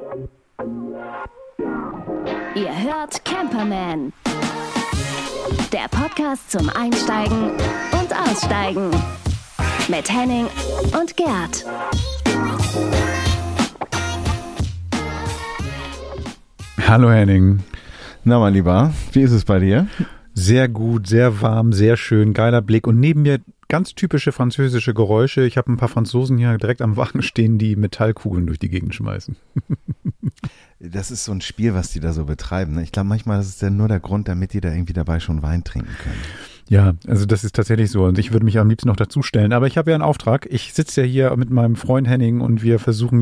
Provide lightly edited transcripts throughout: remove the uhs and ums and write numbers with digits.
Ihr hört Camperman, der Podcast zum Einsteigen und Aussteigen mit Henning und Gerd. Hallo Henning. Na mein Lieber, wie ist es bei dir? Sehr gut, sehr warm, sehr schön, geiler Blick und neben mir ganz typische französische Geräusche. Ich habe ein paar Franzosen hier direkt am Wagen stehen, die Metallkugeln durch die Gegend schmeißen. Das ist so ein Spiel, was die da so betreiben. Ne? Ich glaube manchmal, das ist ja nur der Grund, damit die da irgendwie dabei schon Wein trinken können. Ja, also das ist tatsächlich so und ich würde mich am liebsten noch dazustellen. Aber ich habe ja einen Auftrag. Ich sitze ja hier mit meinem Freund Henning und wir versuchen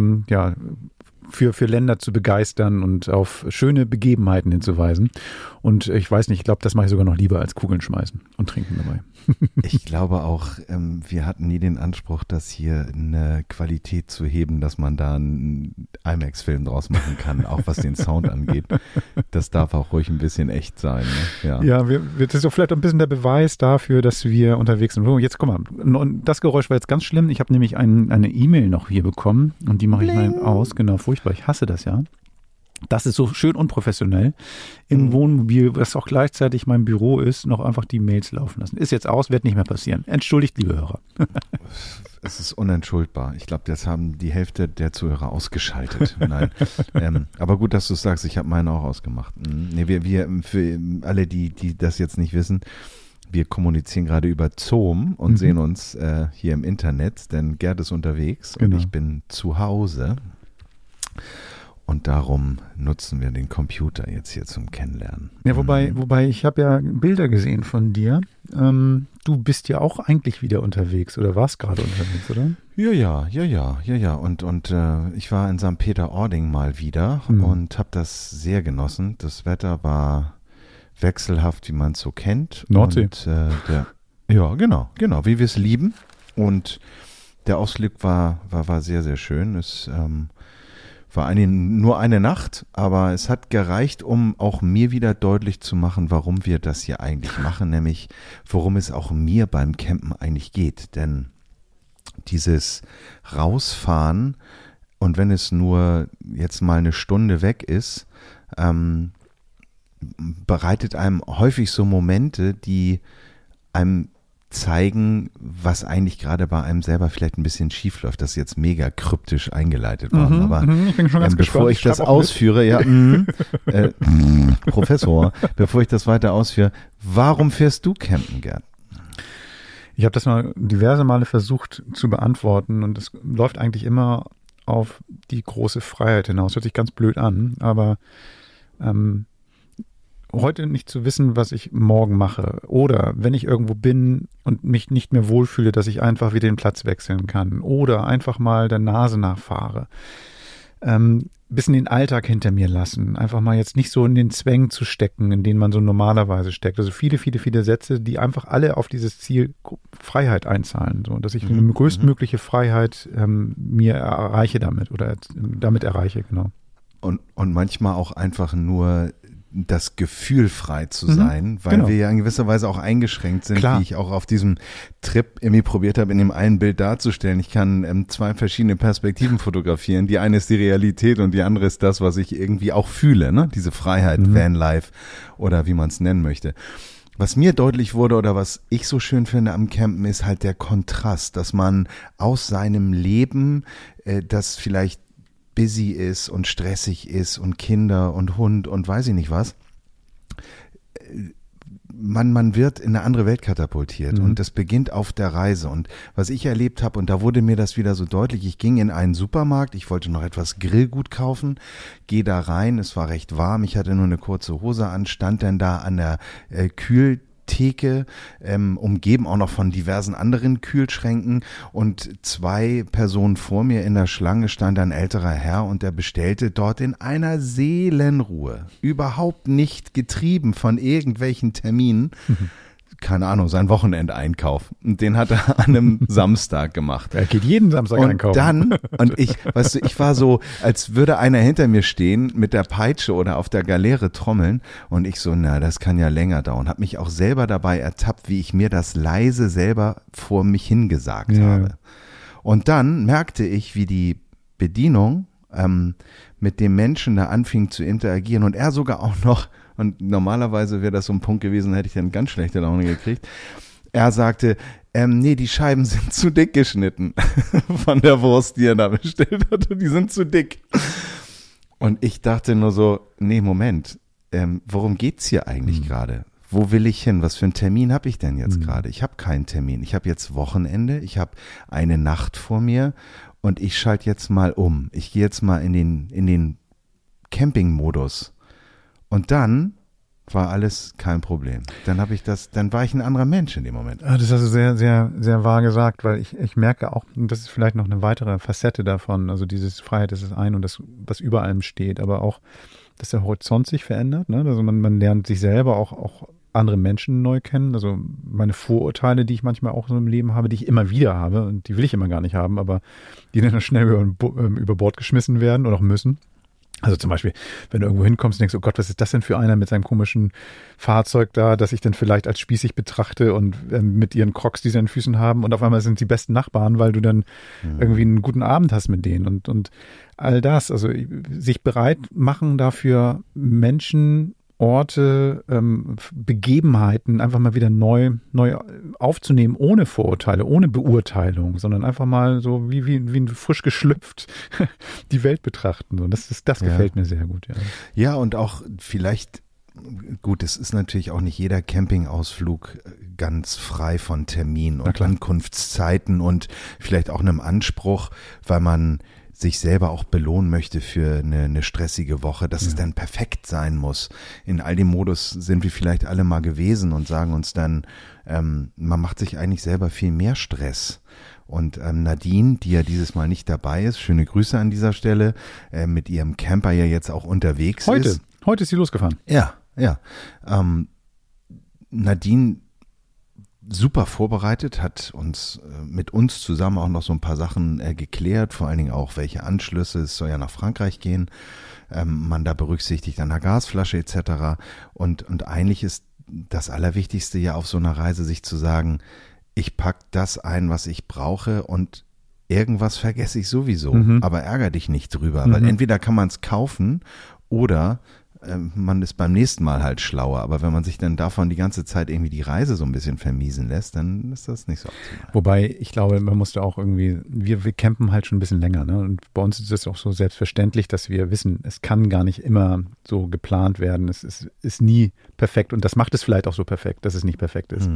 für Länder zu begeistern und auf schöne Begebenheiten hinzuweisen. Und ich weiß nicht, ich glaube, das mache ich sogar noch lieber als Kugeln schmeißen und trinken dabei. Ich glaube auch, wir hatten nie den Anspruch, das hier eine Qualität zu heben, dass man da einen IMAX-Film draus machen kann, auch was den Sound angeht. Das darf auch ruhig ein bisschen echt sein. Ne? Ja, das ist so vielleicht ein bisschen der Beweis dafür, dass wir unterwegs sind. So, jetzt guck mal, das Geräusch war jetzt ganz schlimm. Ich habe nämlich eine E-Mail noch hier bekommen und die mache ich mal aus. Genau, furchtbar. Ich hasse das ja. Das ist so schön unprofessionell im Wohnmobil, was auch gleichzeitig mein Büro ist, noch einfach die Mails laufen lassen. Ist jetzt aus, wird nicht mehr passieren. Entschuldigt, liebe Hörer. Es ist unentschuldbar. Ich glaube, jetzt haben die Hälfte der Zuhörer ausgeschaltet. Nein, aber gut, dass du es sagst. Ich habe meine auch ausgemacht. Nee, wir für alle, die das jetzt nicht wissen, wir kommunizieren gerade über Zoom und sehen uns hier im Internet, denn Gerd ist unterwegs und ich bin zu Hause. Und darum nutzen wir den Computer jetzt hier zum Kennenlernen. Ja, wobei ich habe ja Bilder gesehen von dir. Du bist ja auch eigentlich wieder unterwegs oder warst gerade unterwegs, oder? Ja. Und ich war in St. Peter-Ording mal wieder und habe das sehr genossen. Das Wetter war wechselhaft, wie man es so kennt. Nordsee. Und, genau, wie wir es lieben. Und der Ausflug war sehr, sehr schön. Es war nur eine Nacht, aber es hat gereicht, um auch mir wieder deutlich zu machen, warum wir das hier eigentlich machen, nämlich worum es auch mir beim Campen eigentlich geht. Denn dieses Rausfahren und wenn es nur jetzt mal eine Stunde weg ist, bereitet einem häufig so Momente, die einem zeigen, was eigentlich gerade bei einem selber vielleicht ein bisschen schief läuft. Das ist jetzt mega kryptisch eingeleitet worden, aber ich bin schon ganz bevor gespannt. ich das ausführe, Professor, bevor ich das weiter ausführe, warum fährst du campen, Gerd? Ich habe das mal diverse Male versucht zu beantworten und es läuft eigentlich immer auf die große Freiheit hinaus. Hört sich ganz blöd an, aber heute nicht zu wissen, was ich morgen mache oder wenn ich irgendwo bin und mich nicht mehr wohlfühle, dass ich einfach wieder den Platz wechseln kann oder einfach mal der Nase nachfahre. Bisschen den Alltag hinter mir lassen, einfach mal jetzt nicht so in den Zwängen zu stecken, in denen man so normalerweise steckt. Also viele Sätze, die einfach alle auf dieses Ziel Freiheit einzahlen, so dass ich eine größtmögliche Freiheit mir erreiche damit oder damit erreiche, genau. Und manchmal auch einfach nur das Gefühl, frei zu sein, weil wir ja in gewisser Weise auch eingeschränkt sind, wie ich auch auf diesem Trip irgendwie probiert habe, in dem einen Bild darzustellen. Ich kann zwei verschiedene Perspektiven fotografieren. Die eine ist die Realität und die andere ist das, was ich irgendwie auch fühle, ne? Diese Freiheit, Vanlife oder wie man es nennen möchte. Was mir deutlich wurde oder was ich so schön finde am Campen ist halt der Kontrast, dass man aus seinem Leben, das vielleicht busy ist und stressig ist und Kinder und Hund und weiß ich nicht was, man wird in eine andere Welt katapultiert und das beginnt auf der Reise und was ich erlebt habe und da wurde mir das wieder so deutlich, ich ging in einen Supermarkt, ich wollte noch etwas Grillgut kaufen, gehe da rein, es war recht warm, ich hatte nur eine kurze Hose an, stand dann da an der Kühltheke, umgeben auch noch von diversen anderen Kühlschränken und zwei Personen vor mir in der Schlange stand ein älterer Herr und der bestellte dort in einer Seelenruhe, überhaupt nicht getrieben von irgendwelchen Terminen, keine Ahnung, sein Wochenendeinkauf. Und den hat er an einem Samstag gemacht. Er geht jeden Samstag einkaufen. Und ich war so, als würde einer hinter mir stehen mit der Peitsche oder auf der Galeere trommeln und ich so, das kann ja länger dauern. Hab mich auch selber dabei ertappt, wie ich mir das leise selber vor mich hingesagt habe. Und dann merkte ich, wie die Bedienung mit dem Menschen da anfing zu interagieren und er sogar auch noch, und normalerweise wäre das so ein Punkt gewesen, hätte ich dann ganz schlechte Laune gekriegt, er sagte, nee, die Scheiben sind zu dick geschnitten von der Wurst, die er da bestellt hatte, die sind zu dick. Und ich dachte nur so, nee, Moment, worum geht's hier eigentlich gerade? Wo will ich hin? Was für einen Termin habe ich denn jetzt gerade? Ich habe keinen Termin. Ich habe jetzt Wochenende, ich habe eine Nacht vor mir und ich schalte jetzt mal um. Ich gehe jetzt mal in den Camping-Modus. Und dann war alles kein Problem. Dann war ich ein anderer Mensch in dem Moment. Das hast du sehr, sehr, sehr wahr gesagt, weil ich merke auch, das ist vielleicht noch eine weitere Facette davon, also dieses Freiheit ist das eine und das, was über allem steht, aber auch, dass der Horizont sich verändert, ne? Also man lernt sich selber auch andere Menschen neu kennen, also meine Vorurteile, die ich manchmal auch so im Leben habe, die ich immer wieder habe und die will ich immer gar nicht haben, aber die dann schnell über Bord geschmissen werden oder auch müssen. Also zum Beispiel, wenn du irgendwo hinkommst und denkst, oh Gott, was ist das denn für einer mit seinem komischen Fahrzeug da, das ich dann vielleicht als spießig betrachte und mit ihren Crocs, die sie an den Füßen haben und auf einmal sind sie besten Nachbarn, weil du dann irgendwie einen guten Abend hast mit denen und all das, also sich bereit machen dafür Menschen, Orte, Begebenheiten einfach mal wieder neu aufzunehmen, ohne Vorurteile, ohne Beurteilung, sondern einfach mal so wie frisch geschlüpft die Welt betrachten. Und das gefällt mir sehr gut. Ja. Ja, und auch vielleicht, gut, es ist natürlich auch nicht jeder Campingausflug ganz frei von Termin und Ankunftszeiten und vielleicht auch einem Anspruch, weil man sich selber auch belohnen möchte für eine stressige Woche, dass es dann perfekt sein muss. In all dem Modus sind wir vielleicht alle mal gewesen und sagen uns dann, man macht sich eigentlich selber viel mehr Stress. Und Nadine, die ja dieses Mal nicht dabei ist, schöne Grüße an dieser Stelle, mit ihrem Camper ja jetzt auch unterwegs ist. Heute ist sie losgefahren. Ja. Nadine super vorbereitet, hat uns mit uns zusammen auch noch so ein paar Sachen geklärt, vor allen Dingen auch, welche Anschlüsse, es soll ja nach Frankreich gehen, man da berücksichtigt an der Gasflasche etc. Und eigentlich ist das Allerwichtigste ja auf so einer Reise, sich zu sagen, ich pack das ein, was ich brauche und irgendwas vergesse ich sowieso, aber ärger dich nicht drüber, weil entweder kann man es kaufen oder man ist beim nächsten Mal halt schlauer, aber wenn man sich dann davon die ganze Zeit irgendwie die Reise so ein bisschen vermiesen lässt, dann ist das nicht so optimal. Wobei, ich glaube, man musste auch irgendwie, wir campen halt schon ein bisschen länger, ne? Und bei uns ist es auch so selbstverständlich, dass wir wissen, es kann gar nicht immer so geplant werden, es ist nie perfekt und das macht es vielleicht auch so perfekt, dass es nicht perfekt ist.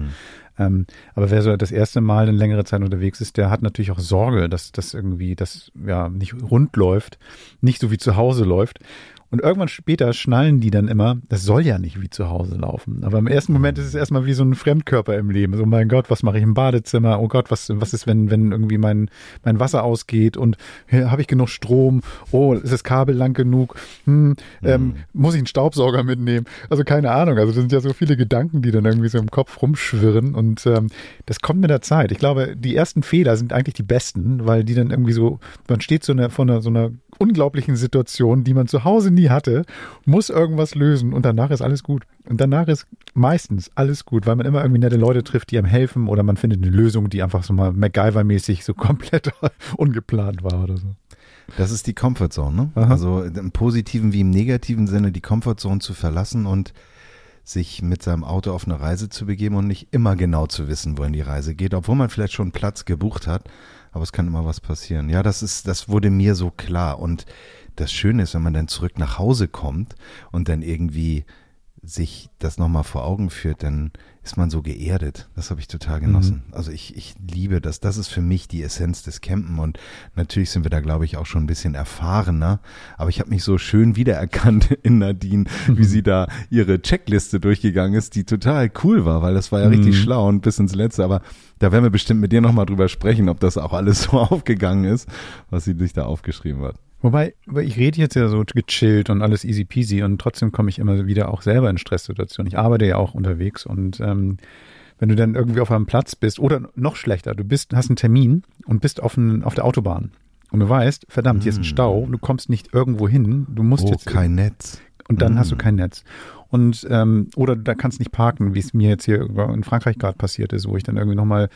Aber wer so das erste Mal eine längere Zeit unterwegs ist, der hat natürlich auch Sorge, dass das irgendwie, nicht rund läuft, nicht so wie zu Hause läuft. Und irgendwann später schnallen die dann immer, das soll ja nicht wie zu Hause laufen. Aber im ersten Moment ist es erstmal wie so ein Fremdkörper im Leben. So, mein Gott, was mache ich im Badezimmer? Oh Gott, was ist, wenn irgendwie mein Wasser ausgeht? Und habe ich genug Strom? Oh, ist das Kabel lang genug? Muss ich einen Staubsauger mitnehmen? Also keine Ahnung. Also das sind ja so viele Gedanken, die dann irgendwie so im Kopf rumschwirren. Und das kommt mit der Zeit. Ich glaube, die ersten Fehler sind eigentlich die besten, weil die dann irgendwie so, man steht vor so einer unglaublichen Situation, die man zu Hause nie hatte, muss irgendwas lösen und danach ist alles gut. Und danach ist meistens alles gut, weil man immer irgendwie nette Leute trifft, die einem helfen oder man findet eine Lösung, die einfach so mal MacGyver-mäßig so komplett ungeplant war oder so. Das ist die Comfortzone, ne? Aha. Also im positiven wie im negativen Sinne die Comfortzone zu verlassen und sich mit seinem Auto auf eine Reise zu begeben und nicht immer genau zu wissen, wohin die Reise geht, obwohl man vielleicht schon Platz gebucht hat. Aber es kann immer was passieren. Ja, das wurde mir so klar. Und das Schöne ist, wenn man dann zurück nach Hause kommt und dann irgendwie sich das nochmal vor Augen führt, dann ist man so geerdet. Das habe ich total genossen. Also ich liebe das. Das ist für mich die Essenz des Campen. Und natürlich sind wir da, glaube ich, auch schon ein bisschen erfahrener. Aber ich habe mich so schön wiedererkannt in Nadine, wie sie da ihre Checkliste durchgegangen ist, die total cool war, weil das war ja richtig schlau und bis ins Letzte. Aber da werden wir bestimmt mit dir nochmal drüber sprechen, ob das auch alles so aufgegangen ist, was sie sich da aufgeschrieben hat. Wobei, ich rede jetzt ja so gechillt und alles easy peasy und trotzdem komme ich immer wieder auch selber in Stresssituationen. Ich arbeite ja auch unterwegs und wenn du dann irgendwie auf einem Platz bist oder noch schlechter, hast einen Termin und bist auf der Autobahn und du weißt, verdammt, hier ist ein Stau, du kommst nicht irgendwo hin, du musst jetzt... kein Netz. Und dann hast du kein Netz. Und oder da kannst nicht parken, wie es mir jetzt hier in Frankreich gerade passiert ist, wo ich dann irgendwie nochmal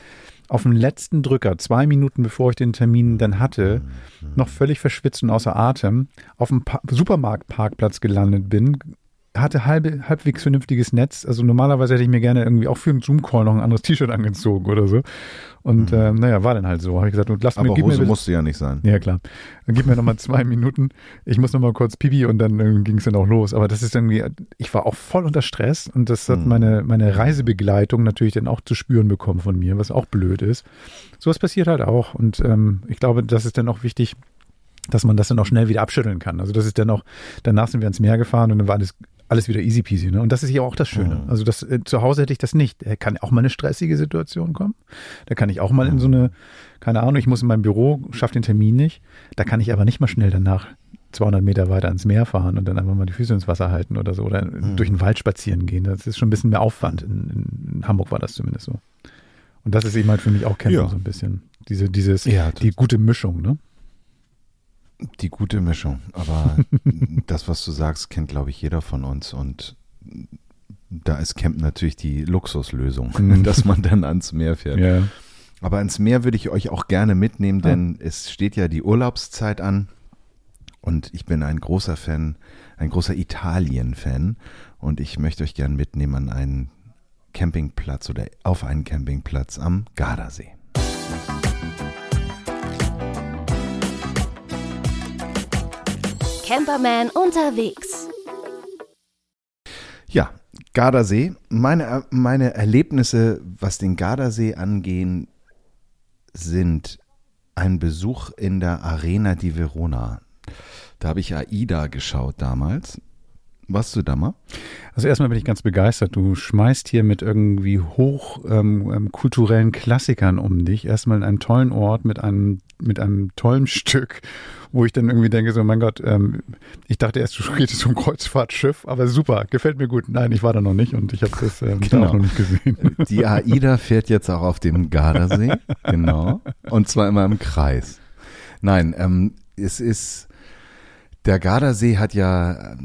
auf dem letzten Drücker, 2 Minuten bevor ich den Termin dann hatte, noch völlig verschwitzt und außer Atem, auf dem Supermarktparkplatz gelandet bin, hatte halbwegs vernünftiges Netz. Also normalerweise hätte ich mir gerne irgendwie auch für einen Zoom-Call noch ein anderes T-Shirt angezogen oder so. Und war dann halt so. Habe ich gesagt, gib Hose musste ja nicht sein. Ja, klar. Dann gib mir nochmal 2 Minuten. Ich muss nochmal kurz Pipi und dann ging es dann auch los. Aber das ist irgendwie, ich war auch voll unter Stress und das hat meine Reisebegleitung natürlich dann auch zu spüren bekommen von mir, was auch blöd ist. Sowas passiert halt auch. Und ich glaube, das ist dann auch wichtig, dass man das dann auch schnell wieder abschütteln kann. Also das ist dann auch, danach sind wir ans Meer gefahren und dann war alles wieder easy peasy, ne? Und das ist ja auch das Schöne. Also zu Hause hätte ich das nicht. Da kann auch mal eine stressige Situation kommen. Da kann ich auch mal in so eine, keine Ahnung, ich muss in meinem Büro, schaffe den Termin nicht. Da kann ich aber nicht mal schnell danach 200 Meter weiter ans Meer fahren und dann einfach mal die Füße ins Wasser halten oder so oder durch den Wald spazieren gehen. Das ist schon ein bisschen mehr Aufwand. In Hamburg war das zumindest so. Und das ist eben halt für mich auch Camping so ein bisschen. Die gute Mischung, ne? Die gute Mischung, aber das, was du sagst, kennt, glaube ich, jeder von uns und da ist Camp natürlich die Luxuslösung, dass man dann ans Meer fährt. Ja. Aber ans Meer würde ich euch auch gerne mitnehmen, denn es steht ja die Urlaubszeit an und ich bin ein großer Italien-Fan und ich möchte euch gerne mitnehmen an einen Campingplatz oder auf einen Campingplatz am Gardasee. Camperman unterwegs. Ja, Gardasee. Meine Erlebnisse, was den Gardasee angehen, sind ein Besuch in der Arena di Verona. Da habe ich AIDA geschaut damals. Warst du da mal? Also erstmal bin ich ganz begeistert. Du schmeißt hier mit irgendwie kulturellen Klassikern um dich. Erstmal in einem tollen Ort mit einem tollen Stück, wo ich dann irgendwie denke, so mein Gott, ich dachte erst, du redest um Kreuzfahrtschiff, aber super, gefällt mir gut. Nein, ich war da noch nicht und ich habe das da auch noch nicht gesehen. Die AIDA fährt jetzt auch auf dem Gardasee, genau, und zwar immer im Kreis. Nein, der Gardasee hat ja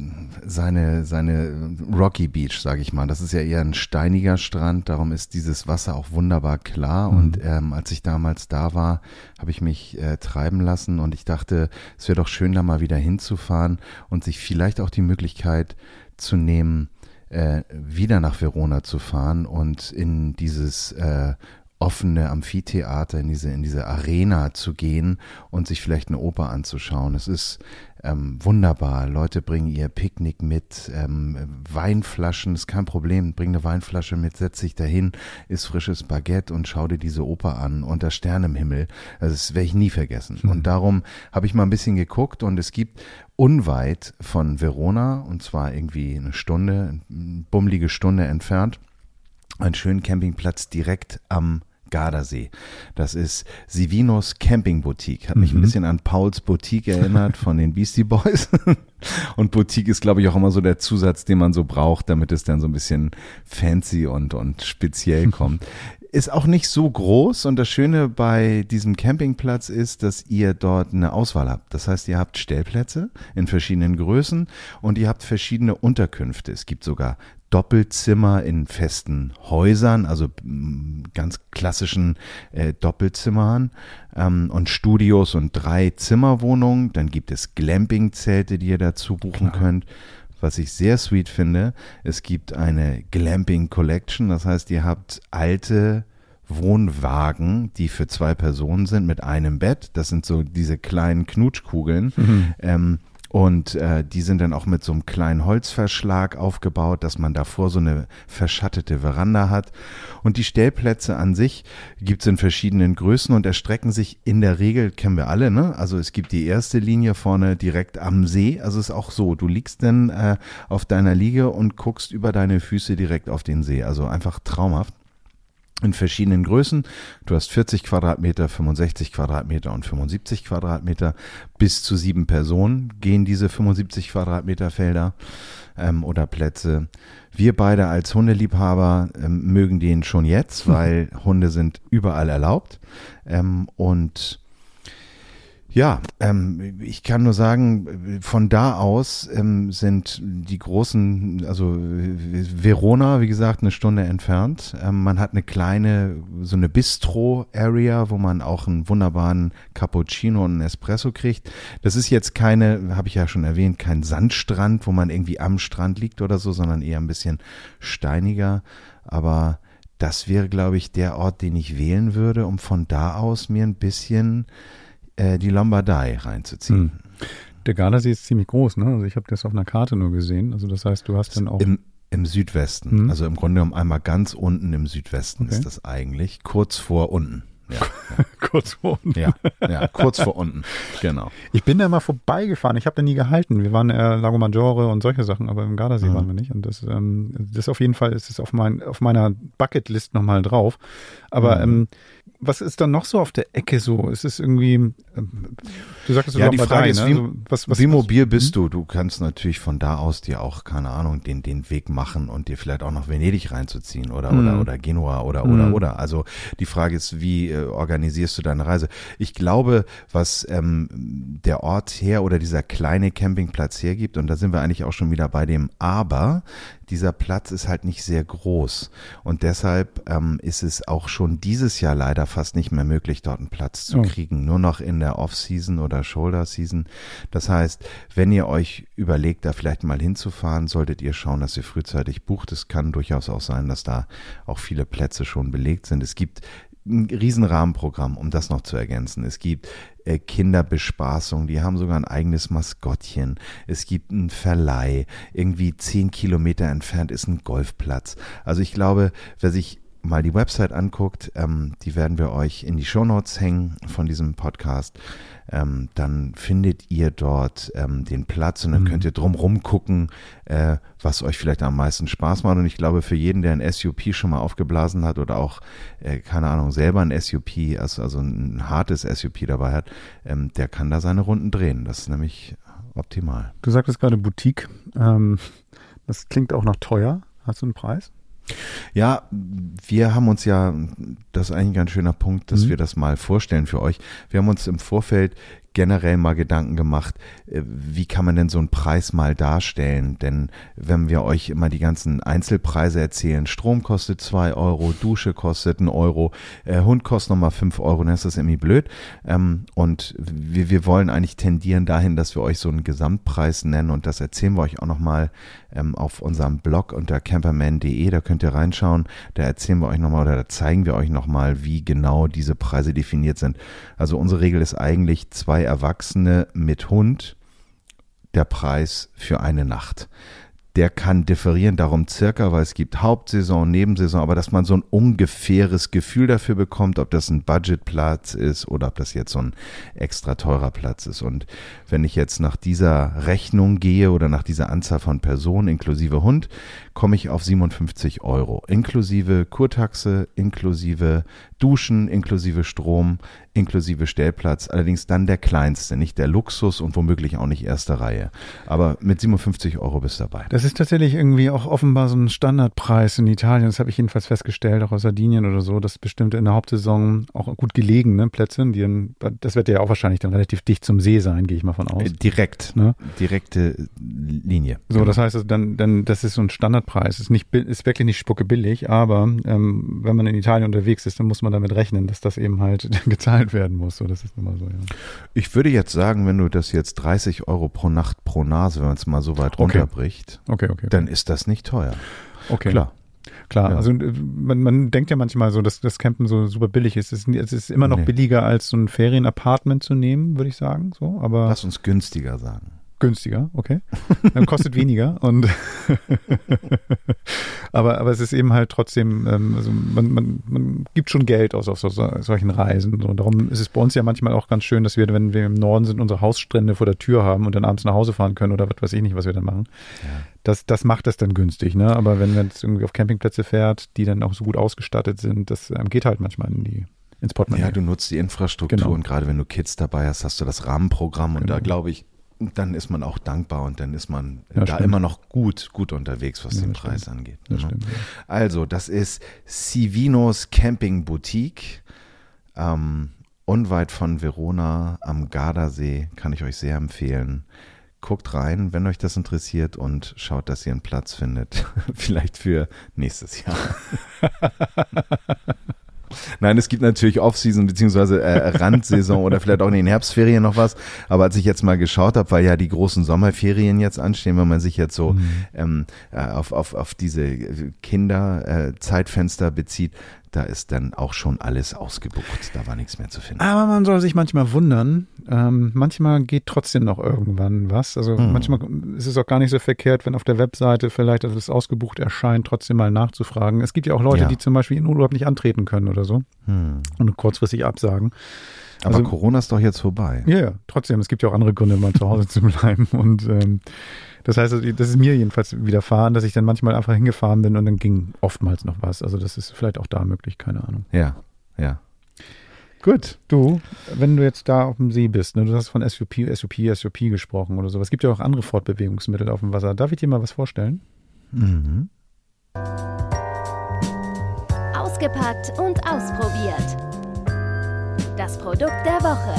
seine Rocky Beach, sage ich mal. Das ist ja eher ein steiniger Strand, darum ist dieses Wasser auch wunderbar klar. Und als ich damals da war, habe ich mich treiben lassen und ich dachte, es wäre doch schön, da mal wieder hinzufahren und sich vielleicht auch die Möglichkeit zu nehmen, wieder nach Verona zu fahren und in dieses offene Amphitheater, in diese Arena zu gehen und sich vielleicht eine Oper anzuschauen. Es ist wunderbar. Leute bringen ihr Picknick mit, Weinflaschen, ist kein Problem. Bring eine Weinflasche mit, setz dich dahin, isst frisches Baguette und schau dir diese Oper an unter Stern im Himmel. Also das werde ich nie vergessen. Und darum habe ich mal ein bisschen geguckt und es gibt unweit von Verona, und zwar irgendwie eine bummelige Stunde entfernt, einen schönen Campingplatz direkt am Gardasee. Das ist Sivinos Camping Boutique. Hat mich ein bisschen an Pauls Boutique erinnert von den Beastie Boys. Und Boutique ist, glaube ich, auch immer so der Zusatz, den man so braucht, damit es dann so ein bisschen fancy und speziell kommt. Ist auch nicht so groß und das Schöne bei diesem Campingplatz ist, dass ihr dort eine Auswahl habt. Das heißt, ihr habt Stellplätze in verschiedenen Größen und ihr habt verschiedene Unterkünfte. Es gibt sogar Doppelzimmer in festen Häusern, also ganz klassischen Doppelzimmern und Studios und 3 Zimmerwohnungen. Dann gibt es Glamping-Zelte, die ihr dazu buchen könnt. Was ich sehr sweet finde, es gibt eine Glamping Collection, das heißt, ihr habt alte Wohnwagen, die für 2 Personen sind mit einem Bett. Das sind so diese kleinen Knutschkugeln. Und die sind dann auch mit so einem kleinen Holzverschlag aufgebaut, dass man davor so eine verschattete Veranda hat. Und die Stellplätze an sich gibt's in verschiedenen Größen und erstrecken sich in der Regel, kennen wir alle, ne? Also es gibt die erste Linie vorne direkt am See. Also es ist auch so, du liegst dann auf deiner Liege und guckst über deine Füße direkt auf den See. Also einfach traumhaft. In verschiedenen Größen. Du hast 40 Quadratmeter, 65 Quadratmeter und 75 Quadratmeter. Bis zu 7 Personen gehen diese 75 Quadratmeter Felder oder Plätze. Wir beide als Hundeliebhaber mögen den schon jetzt, weil Hunde sind überall erlaubt. Und Ja, ich kann nur sagen, von da aus sind die großen, also Verona, wie gesagt, eine Stunde entfernt. Man hat eine kleine, so eine Bistro-Area, wo man auch einen wunderbaren Cappuccino und einen Espresso kriegt. Das ist jetzt keine, habe ich ja schon erwähnt, kein Sandstrand, wo man irgendwie am Strand liegt oder so, sondern eher ein bisschen steiniger. Aber das wäre, glaube ich, der Ort, den ich wählen würde, um von da aus mir ein bisschen die Lombardei reinzuziehen. Der Gardasee ist ziemlich groß, ne? Also ich habe das auf einer Karte nur gesehen. Also das heißt, du hast dann auch... Im Südwesten, also im Grunde genommen einmal ganz unten im Südwesten ist das eigentlich, kurz vor unten. Ja. Kurz vor unten. Ja, kurz vor unten, genau. Ich bin da mal vorbeigefahren, ich habe da nie gehalten. Wir waren Lago Maggiore und solche Sachen, aber im Gardasee waren wir nicht. Und das auf jeden Fall ist es auf meiner Bucketlist nochmal drauf. Aber was ist dann noch so auf der Ecke so? Ist es irgendwie, du sagtest, ja, die Frage ist, ne? Wie mobil bist du? Du kannst natürlich von da aus dir auch, keine Ahnung, den Weg machen und dir vielleicht auch nach Venedig reinzuziehen oder Genua oder. Also die Frage ist, wie organisierst du deine Reise? Ich glaube, was der Ort her oder dieser kleine Campingplatz hergibt, und da sind wir eigentlich auch schon wieder bei dem Aber, dieser Platz ist halt nicht sehr groß und deshalb ist es auch schon dieses Jahr leider fast nicht mehr möglich, dort einen Platz zu kriegen, nur noch in der Off-Season oder Shoulder-Season. Das heißt, wenn ihr euch überlegt, da vielleicht mal hinzufahren, solltet ihr schauen, dass ihr frühzeitig bucht. Es kann durchaus auch sein, dass da auch viele Plätze schon belegt sind. Es gibt ein Riesenrahmenprogramm, um das noch zu ergänzen. Es gibt Kinderbespaßung, die haben sogar ein eigenes Maskottchen. Es gibt einen Verleih. Irgendwie 10 Kilometer entfernt ist ein Golfplatz. Also ich glaube, wer sich mal die Website anguckt, die werden wir euch in die Shownotes hängen von diesem Podcast, dann findet ihr dort den Platz und dann könnt ihr drumrum gucken, was euch vielleicht am meisten Spaß macht. Und ich glaube, für jeden, der ein SUP schon mal aufgeblasen hat oder auch, keine Ahnung, selber ein SUP, also ein hartes SUP dabei hat, der kann da seine Runden drehen. Das ist nämlich optimal. Du sagtest gerade Boutique. Das klingt auch noch teuer. Hast du einen Preis? Ja, wir haben uns ja, das ist eigentlich ein ganz schöner Punkt, dass wir das mal vorstellen für euch. Wir haben uns im Vorfeld generell mal Gedanken gemacht, wie kann man denn so einen Preis mal darstellen? Denn wenn wir euch immer die ganzen Einzelpreise erzählen, Strom kostet 2 Euro, Dusche kostet 1 Euro, Hund kostet nochmal 5 Euro, dann ist das irgendwie blöd. Und wir wollen eigentlich tendieren dahin, dass wir euch so einen Gesamtpreis nennen und das erzählen wir euch auch nochmal auf unserem Blog unter camperman.de, da könnt ihr reinschauen, da erzählen wir euch nochmal oder da zeigen wir euch nochmal, wie genau diese Preise definiert sind. Also unsere Regel ist eigentlich 2 Erwachsene mit Hund, der Preis für eine Nacht. Der kann differieren, darum circa, weil es gibt Hauptsaison, Nebensaison, aber dass man so ein ungefähres Gefühl dafür bekommt, ob das ein Budgetplatz ist oder ob das jetzt so ein extra teurer Platz ist. Und wenn ich jetzt nach dieser Rechnung gehe oder nach dieser Anzahl von Personen inklusive Hund, komme ich auf 57 Euro, inklusive Kurtaxe, inklusive Duschen, inklusive Strom, inklusive Stellplatz, allerdings dann der kleinste, nicht der Luxus und womöglich auch nicht erste Reihe. Aber mit 57 Euro bist du dabei. Das ist tatsächlich irgendwie auch offenbar so ein Standardpreis in Italien, das habe ich jedenfalls festgestellt, auch aus Sardinien oder so, dass bestimmte in der Hauptsaison auch gut gelegene Plätze, das wird ja auch wahrscheinlich dann relativ dicht zum See sein, gehe ich mal von aus. Direkt, ne? Direkte Linie. So, genau. Das heißt, also dann das ist so ein Standardpreis, ist wirklich nicht spuckebillig, aber wenn man in Italien unterwegs ist, dann muss man damit rechnen, dass das eben halt gezahlt werden muss. So, das ist immer so, ja. Ich würde jetzt sagen, wenn du das jetzt 30 Euro pro Nacht pro Nase, wenn man es mal so weit runterbricht, dann ist das nicht teuer. Okay. Klar. Ja. Also man denkt ja manchmal so, dass das Campen so super billig ist. Es ist immer noch billiger, als so ein Ferienapartment zu nehmen, würde ich sagen. So, aber lass uns günstiger sagen. Günstiger, okay. Dann kostet weniger und aber es ist eben halt trotzdem, also man gibt schon Geld aus auf solchen Reisen. Und darum ist es bei uns ja manchmal auch ganz schön, dass wir, wenn wir im Norden sind, unsere Hausstrände vor der Tür haben und dann abends nach Hause fahren können oder was weiß ich nicht, was wir dann machen. Ja. Das macht das dann günstig, ne? Aber wenn man jetzt irgendwie auf Campingplätze fährt, die dann auch so gut ausgestattet sind, das geht halt manchmal ins Portemonnaie. Ja, du nutzt die Infrastruktur und gerade wenn du Kids dabei hast, hast du das Rahmenprogramm und da glaube ich, dann ist man auch dankbar und dann ist man immer noch gut unterwegs, was den Preis angeht. Das stimmt, ja. Also, das ist Civinos Camping Boutique. Und unweit von Verona am Gardasee, kann ich euch sehr empfehlen. Guckt rein, wenn euch das interessiert und schaut, dass ihr einen Platz findet. Vielleicht für nächstes Jahr. Nein, es gibt natürlich Off-Season beziehungsweise Randsaison oder vielleicht auch in den Herbstferien noch was. Aber als ich jetzt mal geschaut habe, weil ja die großen Sommerferien jetzt anstehen, wenn man sich jetzt so auf diese Kinderzeitfenster bezieht, da ist dann auch schon alles ausgebucht. Da war nichts mehr zu finden. Aber man soll sich manchmal wundern. Manchmal geht trotzdem noch irgendwann was. Also manchmal ist es auch gar nicht so verkehrt, wenn auf der Webseite vielleicht das ausgebucht erscheint, trotzdem mal nachzufragen. Es gibt ja auch Leute, die zum Beispiel in Urlaub nicht antreten können oder so und kurzfristig absagen. Aber also, Corona ist doch jetzt vorbei. Ja, trotzdem. Es gibt ja auch andere Gründe, mal zu Hause zu bleiben. Und das heißt, das ist mir jedenfalls widerfahren, dass ich dann manchmal einfach hingefahren bin und dann ging oftmals noch was. Also das ist vielleicht auch da möglich, keine Ahnung. Ja. Gut, du, wenn du jetzt da auf dem See bist, ne, du hast von SUP gesprochen oder so. Es gibt ja auch andere Fortbewegungsmittel auf dem Wasser. Darf ich dir mal was vorstellen? Mhm. Ausgepackt und ausprobiert. Das Produkt der Woche.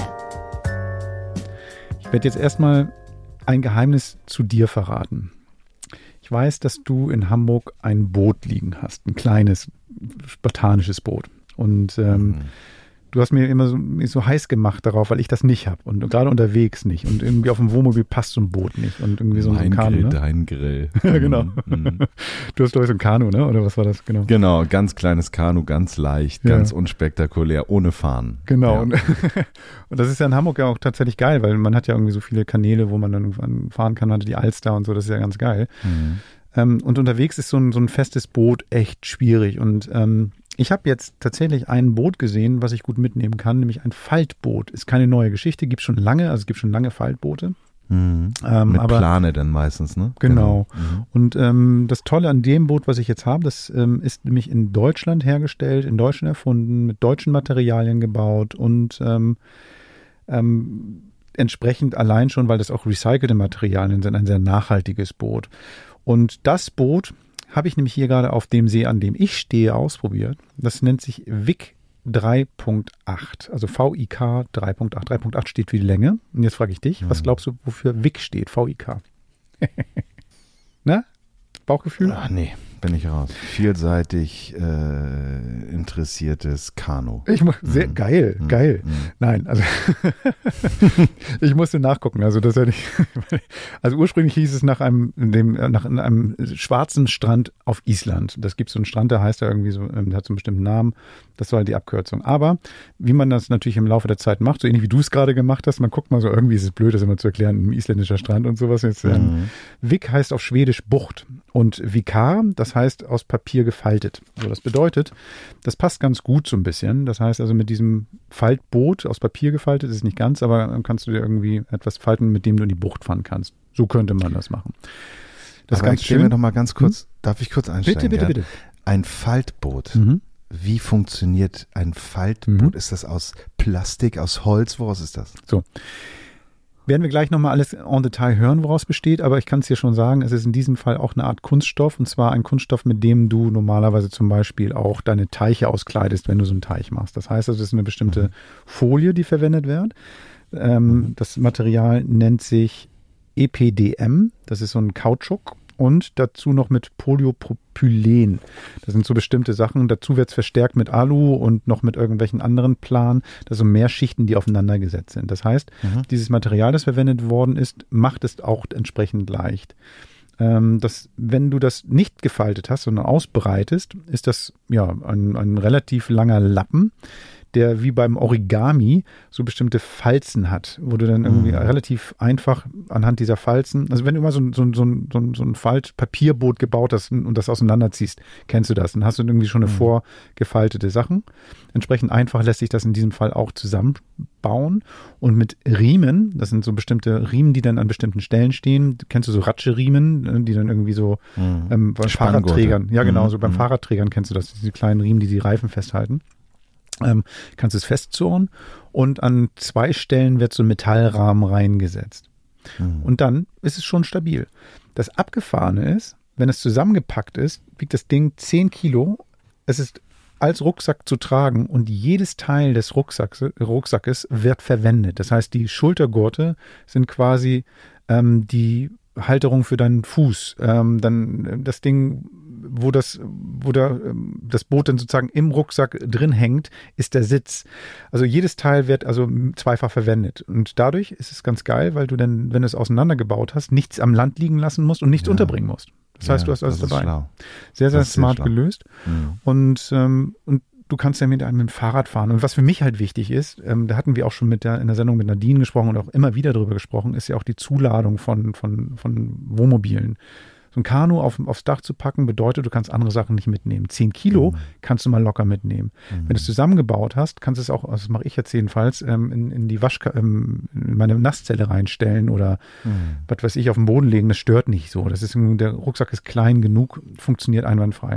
Ich werde jetzt erstmal ein Geheimnis zu dir verraten. Ich weiß, dass du in Hamburg ein Boot liegen hast, ein kleines, spartanisches Boot. Und du hast mir immer so heiß gemacht darauf, weil ich das nicht habe und gerade unterwegs nicht. Und irgendwie auf dem Wohnmobil passt so ein Boot nicht und irgendwie so ein Kanu. Grill, Ne? dein Grill. Ja, genau. Du hast, glaube ich, so ein Kanu, ne? Oder was war das? Genau, ganz kleines Kanu, ganz leicht, ganz unspektakulär, ohne Fahren. Genau. Ja. Und das ist ja in Hamburg ja auch tatsächlich geil, weil man hat ja irgendwie so viele Kanäle, wo man dann fahren kann, man hat die Alster und so, das ist ja ganz geil. Und unterwegs ist so ein festes Boot echt schwierig und ich habe jetzt tatsächlich ein Boot gesehen, was ich gut mitnehmen kann, nämlich ein Faltboot. Ist keine neue Geschichte, gibt schon lange, also es gibt schon lange Faltboote. Mit aber Plane dann meistens, ne? Genau. Und das Tolle an dem Boot, was ich jetzt habe, das ist nämlich in Deutschland hergestellt, in Deutschland erfunden, mit deutschen Materialien gebaut und entsprechend allein schon, weil das auch recycelte Materialien sind, ein sehr nachhaltiges Boot. Und das Boot habe ich nämlich hier gerade auf dem See, an dem ich stehe, ausprobiert. Das nennt sich VIK 3.8, also VIK 3.8. 3.8 steht für die Länge. Und jetzt frage ich dich, was glaubst du, wofür VIK steht, VIK? Na? Bauchgefühl? Ach nee, bin ich raus. Vielseitig interessiertes Kanu. Sehr geil. Nein, also ich musste nachgucken. Also das ja nicht. Also ursprünglich hieß es nach einem schwarzen Strand auf Island. Das gibt so einen Strand, der heißt ja irgendwie so, der hat so einen bestimmten Namen. Das war halt die Abkürzung. Aber wie man das natürlich im Laufe der Zeit macht, so ähnlich wie du es gerade gemacht hast, man guckt mal so, irgendwie ist es blöd, das immer zu erklären, ein isländischer Strand und sowas. Jetzt Vik heißt auf Schwedisch Bucht und Vikar, das heißt aus Papier gefaltet. So, das bedeutet, das passt ganz gut so ein bisschen. Das heißt also mit diesem Faltboot aus Papier gefaltet, ist es nicht ganz, aber dann kannst du dir irgendwie etwas falten, mit dem du in die Bucht fahren kannst. So könnte man das machen. Das ist ganz schön. Mir noch mal ganz kurz, darf ich kurz einsteigen? Bitte. Ein Faltboot. Wie funktioniert ein Faltboot? Ist das aus Plastik, aus Holz? Woraus ist das? So. Werden wir gleich nochmal alles en Detail hören, woraus besteht, aber ich kann es dir schon sagen, es ist in diesem Fall auch eine Art Kunststoff und zwar ein Kunststoff, mit dem du normalerweise zum Beispiel auch deine Teiche auskleidest, wenn du so einen Teich machst. Das heißt, es ist eine bestimmte Folie, die verwendet wird. Das Material nennt sich EPDM, das ist so ein Kautschuk. Und dazu noch mit Polypropylen. Das sind so bestimmte Sachen. Dazu wird es verstärkt mit Alu und noch mit irgendwelchen anderen Planen. Das sind mehr Schichten, die aufeinander gesetzt sind. Das heißt, dieses Material, das verwendet worden ist, macht es auch entsprechend leicht. Wenn du das nicht gefaltet hast, sondern ausbreitest, ist das ja ein relativ langer Lappen, der wie beim Origami so bestimmte Falzen hat, wo du dann irgendwie relativ einfach anhand dieser Falzen, also wenn du mal so ein Faltpapierboot gebaut hast und das auseinanderziehst, kennst du das, dann hast du irgendwie schon eine vorgefaltete Sachen. Entsprechend einfach lässt sich das in diesem Fall auch zusammenbauen und mit Riemen, das sind so bestimmte Riemen, die dann an bestimmten Stellen stehen, kennst du so Ratscheriemen, die dann irgendwie so bei Fahrradträgern, ja genau, so beim Fahrradträgern kennst du das, diese kleinen Riemen, die Reifen festhalten. Kannst es festzurren und an 2 Stellen wird so ein Metallrahmen reingesetzt. Und dann ist es schon stabil. Das Abgefahrene ist, wenn es zusammengepackt ist, wiegt das Ding 10 Kilo. Es ist als Rucksack zu tragen und jedes Teil des Rucksackes wird verwendet. Das heißt, die Schultergurte sind quasi die Halterung für deinen Fuß. Dann das Ding, wo das Boot dann sozusagen im Rucksack drin hängt, ist der Sitz. Also jedes Teil wird also zweifach verwendet. Und dadurch ist es ganz geil, weil du dann, wenn du es auseinandergebaut hast, nichts am Land liegen lassen musst und nichts unterbringen musst. Das heißt, du hast alles dabei. Schlau. Sehr, sehr smart gelöst. Und du kannst ja mit einem Fahrrad fahren. Und was für mich halt wichtig ist, da hatten wir auch schon in der Sendung mit Nadine gesprochen und auch immer wieder drüber gesprochen, ist ja auch die Zuladung von Wohnmobilen. So ein Kanu aufs Dach zu packen, bedeutet, du kannst andere Sachen nicht mitnehmen. 10 Kilo kannst du mal locker mitnehmen. Wenn du es zusammengebaut hast, kannst du es auch, also das mache ich jetzt jedenfalls, in die in meine Nasszelle reinstellen oder was weiß ich, auf den Boden legen. Das stört nicht so. Der Rucksack ist klein genug, funktioniert einwandfrei.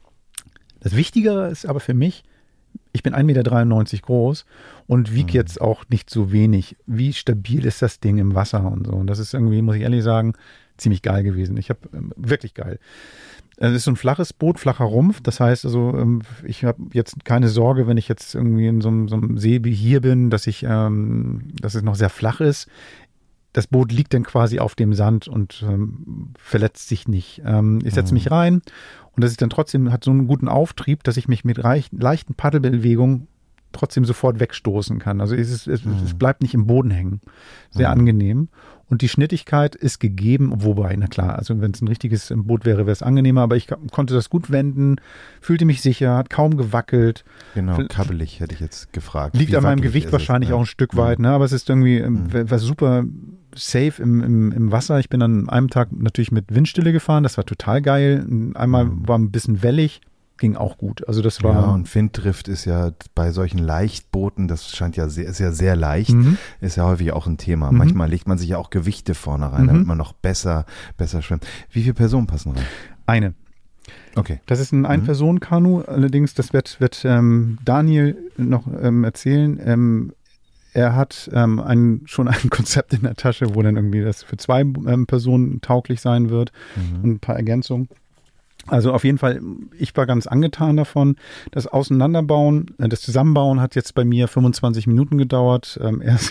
Das Wichtigere ist aber für mich, ich bin 1,93 Meter groß und wiege jetzt auch nicht so wenig. Wie stabil ist das Ding im Wasser und so? Und das ist irgendwie, muss ich ehrlich sagen, ziemlich geil gewesen. Wirklich geil. Es ist so ein flaches Boot, flacher Rumpf. Das heißt also, ich habe jetzt keine Sorge, wenn ich jetzt irgendwie in so einem See wie hier bin, dass es noch sehr flach ist. Das Boot liegt dann quasi auf dem Sand und verletzt sich nicht. Ich setze mich rein und das ist dann trotzdem, hat so einen guten Auftrieb, dass ich mich mit leichten Paddelbewegungen trotzdem sofort wegstoßen kann. Also es bleibt nicht im Boden hängen. Sehr angenehm. Und die Schnittigkeit ist gegeben, wobei, na klar, also wenn es ein richtiges Boot wäre, wäre es angenehmer, aber ich konnte das gut wenden, fühlte mich sicher, hat kaum gewackelt. Genau, kabbelig hätte ich jetzt gefragt. Liegt an meinem Gewicht wahrscheinlich auch ein Stück weit, ne? Aber es ist irgendwie, war super safe im Wasser. Ich bin an einem Tag natürlich mit Windstille gefahren, das war total geil. Einmal war ein bisschen wellig. Ging auch gut. Also das war. Ja, und Winddrift ist ja bei solchen Leichtbooten, das scheint ja sehr, sehr, sehr leicht, ist ja häufig auch ein Thema. Manchmal legt man sich ja auch Gewichte vorne rein, damit man noch besser schwimmt. Wie viele Personen passen rein? Eine. Okay. Das ist ein Ein-Personen-Kanu, allerdings, das wird Daniel noch erzählen. Er hat schon ein Konzept in der Tasche, wo dann irgendwie das für 2 Personen tauglich sein wird und ein paar Ergänzungen. Also auf jeden Fall, ich war ganz angetan davon. Das Auseinanderbauen, das Zusammenbauen hat jetzt bei mir 25 Minuten gedauert.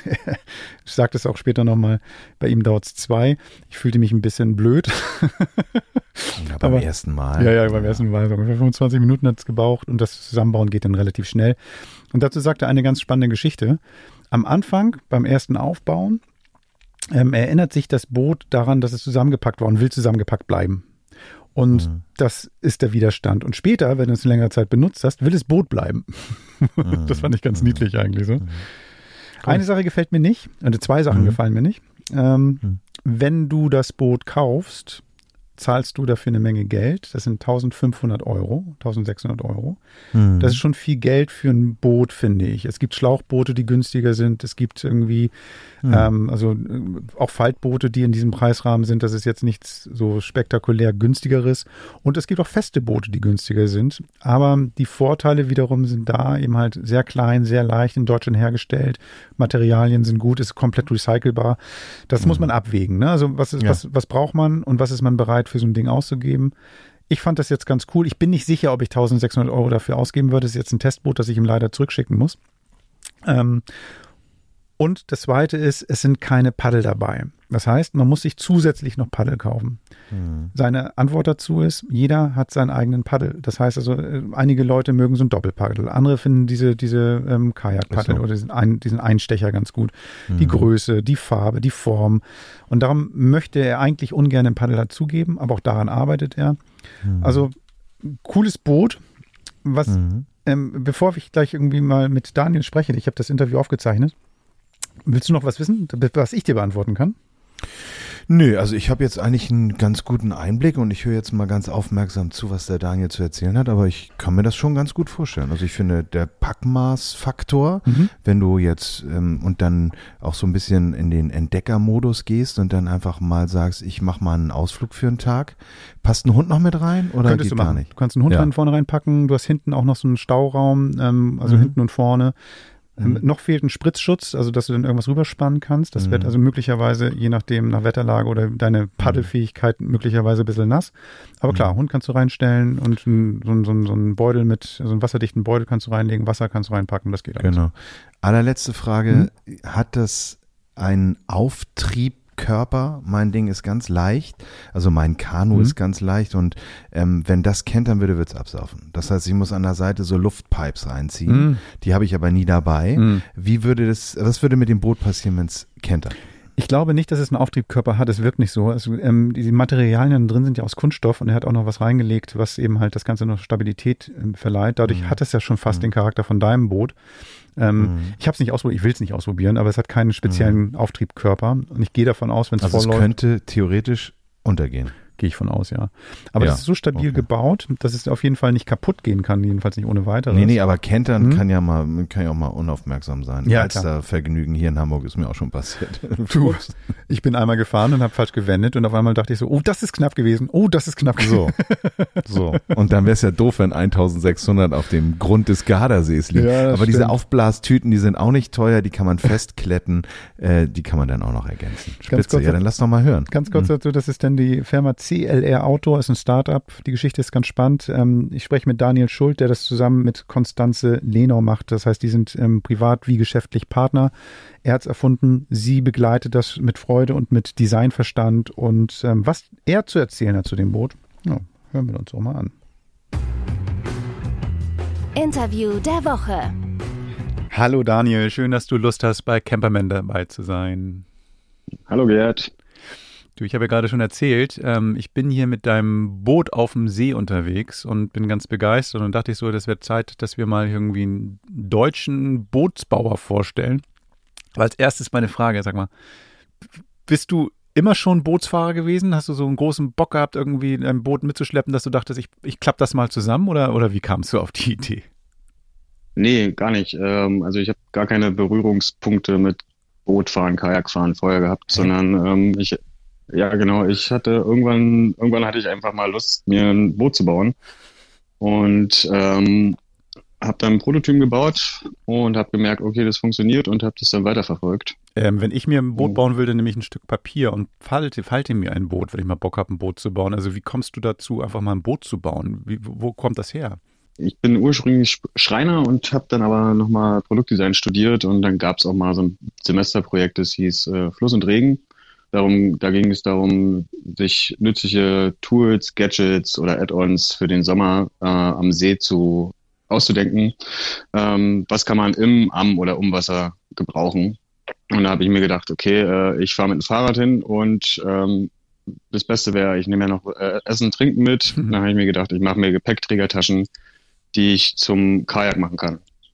Ich sage das auch später nochmal, bei ihm dauert es 2. Ich fühlte mich ein bisschen blöd. Ja, beim ersten Mal. Ja, beim ersten Mal. 25 Minuten hat es gebraucht und das Zusammenbauen geht dann relativ schnell. Und dazu sagte er eine ganz spannende Geschichte. Am Anfang, beim ersten Aufbauen, erinnert sich das Boot daran, dass es zusammengepackt war und will zusammengepackt bleiben. Und das ist der Widerstand. Und später, wenn du es längere Zeit benutzt hast, will das Boot bleiben. Das fand ich ganz niedlich eigentlich so. Eine Sache gefällt mir nicht, und 2 Sachen gefallen mir nicht. Wenn du das Boot kaufst, zahlst du dafür eine Menge Geld. Das sind 1.500 Euro, 1.600 Euro. Das ist schon viel Geld für ein Boot, finde ich. Es gibt Schlauchboote, die günstiger sind. Es gibt irgendwie auch Faltboote, die in diesem Preisrahmen sind. Das ist jetzt nichts so spektakulär günstigeres. Und es gibt auch feste Boote, die günstiger sind. Aber die Vorteile wiederum sind da, eben halt sehr klein, sehr leicht, in Deutschland hergestellt. Materialien sind gut, ist komplett recycelbar. Das muss man abwägen, ne? Also was braucht man und was ist man bereit für so ein Ding auszugeben? Ich fand das jetzt ganz cool. Ich bin nicht sicher, ob ich 1.600 Euro dafür ausgeben würde. Das ist jetzt ein Testboot, das ich ihm leider zurückschicken muss. Und das Zweite ist, es sind keine Paddel dabei. Das heißt, man muss sich zusätzlich noch Paddel kaufen. Seine Antwort dazu ist, jeder hat seinen eigenen Paddel. Das heißt also, einige Leute mögen so ein Doppelpaddel. Andere finden diese Kajakpaddel oder diesen Einstecher ganz gut. Die Größe, die Farbe, die Form. Und darum möchte er eigentlich ungern einen Paddel dazugeben, aber auch daran arbeitet er. Also, cooles Boot. Bevor ich gleich irgendwie mal mit Daniel spreche, ich habe das Interview aufgezeichnet. Willst du noch was wissen, was ich dir beantworten kann? Nö, also ich habe jetzt eigentlich einen ganz guten Einblick und ich höre jetzt mal ganz aufmerksam zu, was der Daniel zu erzählen hat, aber ich kann mir das schon ganz gut vorstellen. Also ich finde, der Packmaßfaktor, wenn du jetzt und dann auch so ein bisschen in den Entdeckermodus gehst und dann einfach mal sagst, ich mache mal einen Ausflug für einen Tag, passt ein Hund noch mit rein oder Könntest geht du machen. gar nicht? Du kannst einen Hund vorne reinpacken, du hast hinten auch noch so einen Stauraum, also hinten und vorne. Noch fehlt ein Spritzschutz, also dass du dann irgendwas rüberspannen kannst. Das wird also möglicherweise, je nachdem, nach Wetterlage oder deine Paddelfähigkeit, möglicherweise ein bisschen nass. Aber klar, Hund kannst du reinstellen und so einen Beutel so einen wasserdichten Beutel kannst du reinlegen, Wasser kannst du reinpacken, das geht alles. Genau. Allerletzte Frage, hat das einen Auftriebkörper? Mein Ding ist ganz leicht, also mein Kanu ist ganz leicht und wenn das kentern würde, wird es absaufen. Das heißt, ich muss an der Seite so Luftpipes reinziehen, die habe ich aber nie dabei. Was würde mit dem Boot passieren, wenn es kentert? Ich glaube nicht, dass es einen Auftriebkörper hat. Es wirkt nicht so. Also, die Materialien drin sind ja aus Kunststoff und er hat auch noch was reingelegt, was eben halt das Ganze noch Stabilität verleiht. Dadurch hat es ja schon fast den Charakter von deinem Boot. Ich habe es nicht ausprobiert, ich will es nicht ausprobieren, aber es hat keinen speziellen Auftriebkörper. Und ich gehe davon aus, wenn es voll läuft. Also es könnte theoretisch untergehen. Gehe ich von aus, ja. Aber das ist so stabil gebaut, dass es auf jeden Fall nicht kaputt gehen kann, jedenfalls nicht ohne weiteres. Nee, aber kentern kann ja auch mal unaufmerksam sein. Ja, Letzter Vergnügen hier in Hamburg ist mir auch schon passiert. Du, ich bin einmal gefahren und habe falsch gewendet und auf einmal dachte ich so, oh, das ist knapp gewesen. Oh, das ist knapp gewesen. So. Und dann wäre es ja doof, wenn 1600 auf dem Grund des Gardasees liegt. Ja, aber diese Aufblastüten, die sind auch nicht teuer, die kann man festkletten, die kann man dann auch noch ergänzen. Spitze, ja, dann lass doch mal hören. Ganz kurz dazu, das ist dann die Firma CLR Outdoor, ist ein Startup. Die Geschichte ist ganz spannend. Ich spreche mit Daniel Schuld, der das zusammen mit Konstanze Lenau macht. Das heißt, die sind privat wie geschäftlich Partner. Er hat es erfunden. Sie begleitet das mit Freude und mit Designverstand. Und was er zu erzählen hat zu dem Boot, hören wir uns auch mal an. Interview der Woche. Hallo Daniel, schön, dass du Lust hast, bei Camperman dabei zu sein. Hallo Gerd. Du, ich habe ja gerade schon erzählt, ich bin hier mit deinem Boot auf dem See unterwegs und bin ganz begeistert und dachte ich so, das wird Zeit, dass wir mal irgendwie einen deutschen Bootsbauer vorstellen. Aber als erstes meine Frage, sag mal, bist du immer schon Bootsfahrer gewesen? Hast du so einen großen Bock gehabt, irgendwie ein Boot mitzuschleppen, dass du dachtest, ich klappe das mal zusammen oder wie kamst du auf die Idee? Nee, gar nicht. Also ich habe gar keine Berührungspunkte mit Bootfahren, Kajakfahren vorher gehabt, sondern ich hatte irgendwann hatte ich einfach mal Lust, mir ein Boot zu bauen und habe dann ein Prototyp gebaut und habe gemerkt, okay, das funktioniert und habe das dann weiterverfolgt. Wenn ich mir ein Boot bauen will, dann nehme ich ein Stück Papier und falte mir ein Boot, wenn ich mal Bock habe, ein Boot zu bauen. Also wie kommst du dazu, einfach mal ein Boot zu bauen? Wo kommt das her? Ich bin ursprünglich Schreiner und habe dann aber nochmal Produktdesign studiert und dann gab es auch mal so ein Semesterprojekt, das hieß Fluss und Regen. Da ging es darum, sich nützliche Tools, Gadgets oder Add-ons für den Sommer am See auszudenken. Was kann man am oder um Wasser gebrauchen? Und da habe ich mir gedacht, okay, ich fahre mit dem Fahrrad hin und das Beste wäre, ich nehme ja noch Essen, Trinken mit. Dann habe ich mir gedacht, ich mache mir Gepäckträgertaschen, die ich zum Kajak machen kann.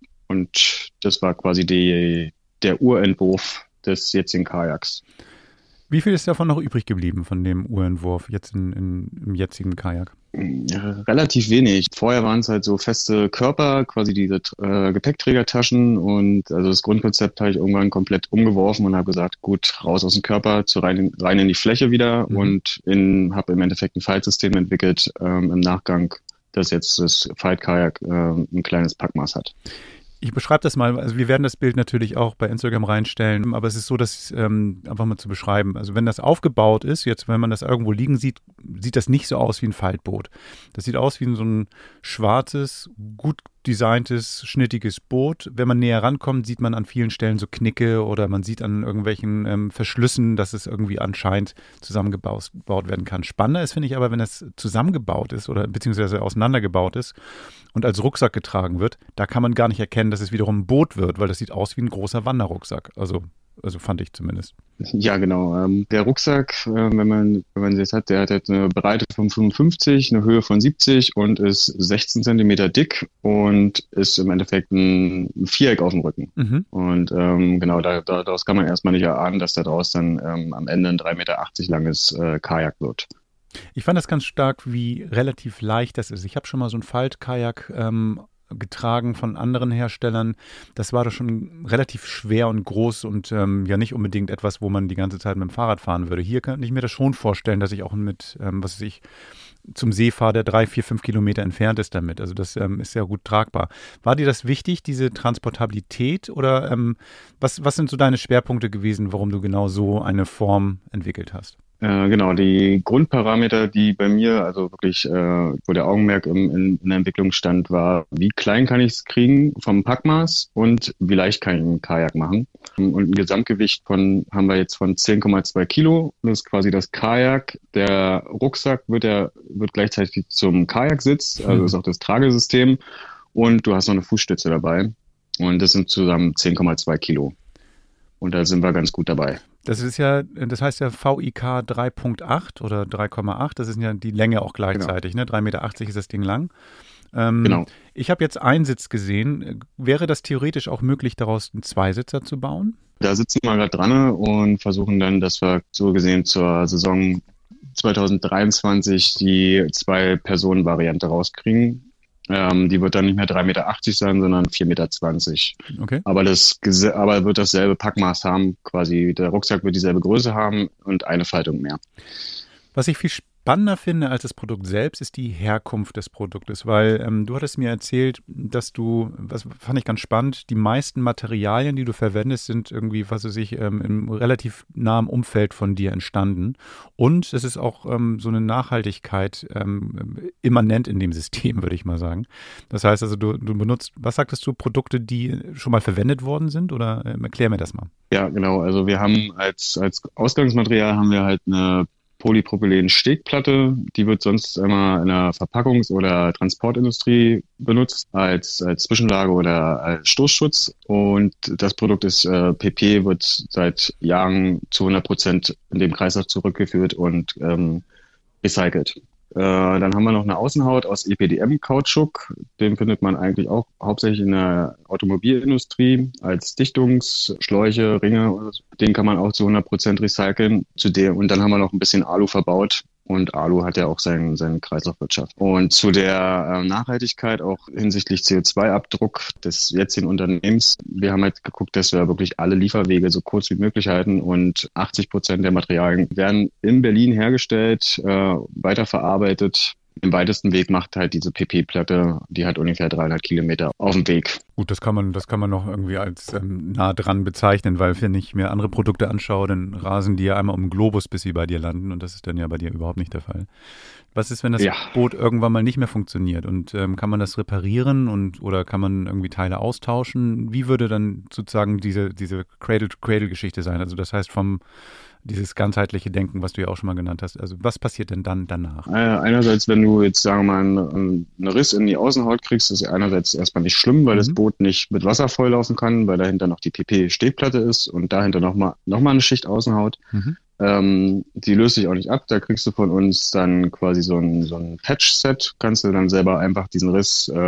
Und das war quasi der Urentwurf des jetzigen Kajaks. Wie viel ist davon noch übrig geblieben, von dem Urentwurf jetzt im jetzigen Kajak? Relativ wenig. Vorher waren es halt so feste Körper, quasi diese Gepäckträgertaschen und also das Grundkonzept habe ich irgendwann komplett umgeworfen und habe gesagt, gut, raus aus dem Körper, rein in die Fläche wieder und habe im Endeffekt ein Faltsystem entwickelt im Nachgang, dass jetzt das Faltkajak ein kleines Packmaß hat. Ich beschreibe das mal, also wir werden das Bild natürlich auch bei Instagram reinstellen, aber es ist so, dass einfach mal zu beschreiben, also wenn das aufgebaut ist, jetzt wenn man das irgendwo liegen sieht, sieht das nicht so aus wie ein Faltboot. Das sieht aus wie so ein schwarzes, gut designtes, schnittiges Boot. Wenn man näher rankommt, sieht man an vielen Stellen so Knicke oder man sieht an irgendwelchen Verschlüssen, dass es irgendwie anscheinend zusammengebaut werden kann. Spannender ist, finde ich aber, wenn das zusammengebaut ist oder beziehungsweise auseinandergebaut ist und als Rucksack getragen wird, da kann man gar nicht erkennen, dass es wiederum ein Boot wird, weil das sieht aus wie ein großer Wanderrucksack. Also fand ich zumindest. Ja, genau. Der Rucksack, wenn man sie jetzt hat, der hat jetzt eine Breite von 55, eine Höhe von 70 und ist 16 Zentimeter dick und ist im Endeffekt ein Viereck auf dem Rücken. Mhm. Und genau, daraus kann man erstmal nicht erahnen, dass da draus dann am Ende ein 3,80 Meter langes Kajak wird. Ich fand das ganz stark, wie relativ leicht das ist. Ich habe schon mal so ein Faltkajak getragen von anderen Herstellern. Das war doch schon relativ schwer und groß und ja nicht unbedingt etwas, wo man die ganze Zeit mit dem Fahrrad fahren würde. Hier kann ich mir das schon vorstellen, dass ich auch mit, zum See fahre, der 3, 4, 5 Kilometer entfernt ist damit. Also das ist ja gut tragbar. War dir das wichtig, diese Transportabilität oder was sind so deine Schwerpunkte gewesen, warum du genau so eine Form entwickelt hast? Genau, die Grundparameter, die bei mir, also wirklich, wo der Augenmerk in der Entwicklung stand, war, wie klein kann ich es kriegen vom Packmaß und wie leicht kann ich einen Kajak machen. Und ein Gesamtgewicht haben wir jetzt von 10,2 Kilo. Das ist quasi das Kajak. Der Rucksack wird gleichzeitig zum Kajaksitz, also ist auch das Tragesystem. Und du hast noch eine Fußstütze dabei. Und das sind zusammen 10,2 Kilo. Und da sind wir ganz gut dabei. Das heißt ja VIK 3.8 oder 3,8. Das ist ja die Länge auch gleichzeitig, genau. Ne? 3,80 Meter ist das Ding lang. Genau. Ich habe jetzt einen Sitz gesehen. Wäre das theoretisch auch möglich, daraus einen Zweisitzer zu bauen? Da sitzen wir gerade dran und versuchen dann, dass wir so gesehen zur Saison 2023 die 2-Personen-Variante rauskriegen. Die wird dann nicht mehr 3,80 Meter sein, sondern 4,20 Meter. Okay. Aber wird dasselbe Packmaß haben, quasi der Rucksack wird dieselbe Größe haben und eine Faltung mehr. Was ich viel spannender finde als das Produkt selbst, ist die Herkunft des Produktes, weil du hattest mir erzählt, dass was fand ich ganz spannend, die meisten Materialien, die du verwendest, sind irgendwie, was weiß ich, im relativ nahen Umfeld von dir entstanden und es ist auch so eine Nachhaltigkeit immanent in dem System, würde ich mal sagen. Das heißt also, du benutzt, was sagtest du, Produkte, die schon mal verwendet worden sind oder erklär mir das mal. Ja, genau, also wir haben als Ausgangsmaterial haben wir halt eine Polypropylen-Stegplatte, die wird sonst immer in der Verpackungs- oder Transportindustrie benutzt als Zwischenlage oder als Stoßschutz. Und das Produkt ist PP, wird seit Jahren zu 100% in dem Kreislauf zurückgeführt und recycelt. Dann haben wir noch eine Außenhaut aus EPDM-Kautschuk. Den findet man eigentlich auch hauptsächlich in der Automobilindustrie als Dichtungsschläuche, Ringe. Den kann man auch zu 100% recyceln. Und dann haben wir noch ein bisschen Alu verbaut. Und Alu hat ja auch seine Kreislaufwirtschaft. Und zu der Nachhaltigkeit auch hinsichtlich CO2-Abdruck des jetzigen Unternehmens. Wir haben halt geguckt, dass wir wirklich alle Lieferwege so kurz wie möglich halten und 80% der Materialien werden in Berlin hergestellt, weiterverarbeitet. Im weitesten Weg macht halt diese PP-Platte, die hat ungefähr 300 Kilometer auf dem Weg. Gut, das kann man noch irgendwie als nah dran bezeichnen, weil wenn ich mir andere Produkte anschaue, dann rasen die ja einmal um den Globus, bis sie bei dir landen und das ist dann ja bei dir überhaupt nicht der Fall. Was ist, wenn das Boot irgendwann mal nicht mehr funktioniert und kann man das reparieren oder kann man irgendwie Teile austauschen? Wie würde dann sozusagen diese Cradle-to-Cradle-Geschichte sein? Also das heißt dieses ganzheitliche Denken, was du ja auch schon mal genannt hast. Also was passiert denn dann danach? Einerseits, wenn du jetzt, sagen wir mal, einen Riss in die Außenhaut kriegst, ist einerseits erstmal nicht schlimm, weil das Boot nicht mit Wasser volllaufen kann, weil dahinter noch die PP-Stegplatte ist und dahinter noch mal eine Schicht Außenhaut. Die löst sich auch nicht ab. Da kriegst du von uns dann quasi so ein Patch-Set. Kannst du dann selber einfach diesen Riss wie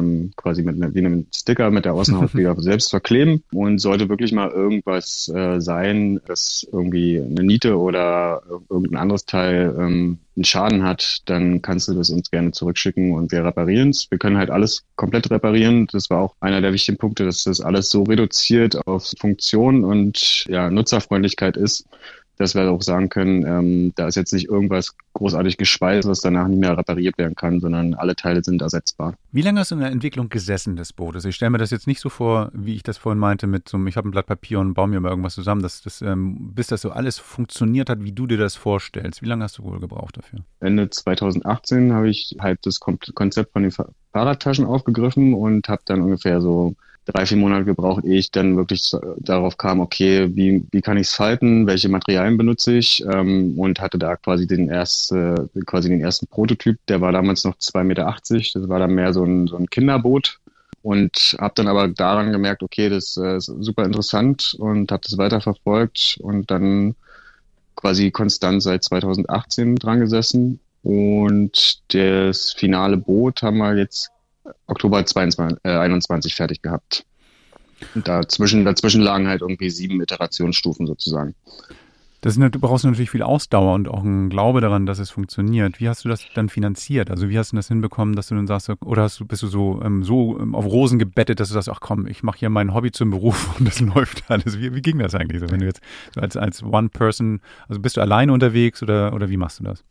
einem Sticker mit der Außenhaut wieder selbst verkleben. Und sollte wirklich mal irgendwas sein, das irgendwie eine Niete oder irgendein anderes Teil einen Schaden hat, dann kannst du das uns gerne zurückschicken und wir reparieren es. Wir können halt alles komplett reparieren. Das war auch einer der wichtigen Punkte, dass das alles so reduziert auf Funktion und Nutzerfreundlichkeit ist, dass wir auch sagen können, da ist jetzt nicht irgendwas großartig geschweißt, was danach nicht mehr repariert werden kann, sondern alle Teile sind ersetzbar. Wie lange hast du in der Entwicklung gesessen des Bootes? Ich stelle mir das jetzt nicht so vor, wie ich das vorhin meinte, ich habe ein Blatt Papier und baue mir mal irgendwas zusammen, bis das so alles funktioniert hat, wie du dir das vorstellst. Wie lange hast du wohl gebraucht dafür? Ende 2018 habe ich halt das Konzept von den Fahrradtaschen aufgegriffen und habe dann ungefähr so 3-4 Monate gebraucht, ehe ich dann wirklich darauf kam, okay, wie kann ich es falten, welche Materialien benutze ich und hatte da quasi den ersten Prototyp, der war damals noch 2,80 Meter, das war dann mehr so ein Kinderboot und habe dann aber daran gemerkt, okay, das ist super interessant und habe das weiterverfolgt und dann quasi konstant seit 2018 dran gesessen und das finale Boot haben wir jetzt Oktober 2021 fertig gehabt. Und dazwischen lagen halt irgendwie 7 Iterationsstufen sozusagen. Du brauchst natürlich viel Ausdauer und auch einen Glaube daran, dass es funktioniert. Wie hast du das dann finanziert? Also wie hast du das hinbekommen, dass du dann sagst, oder bist du so auf Rosen gebettet, dass du sagst, ach komm, ich mache hier mein Hobby zum Beruf und das läuft alles. Wie ging das eigentlich so, wenn du jetzt so als One-Person, also bist du alleine unterwegs oder wie machst du das?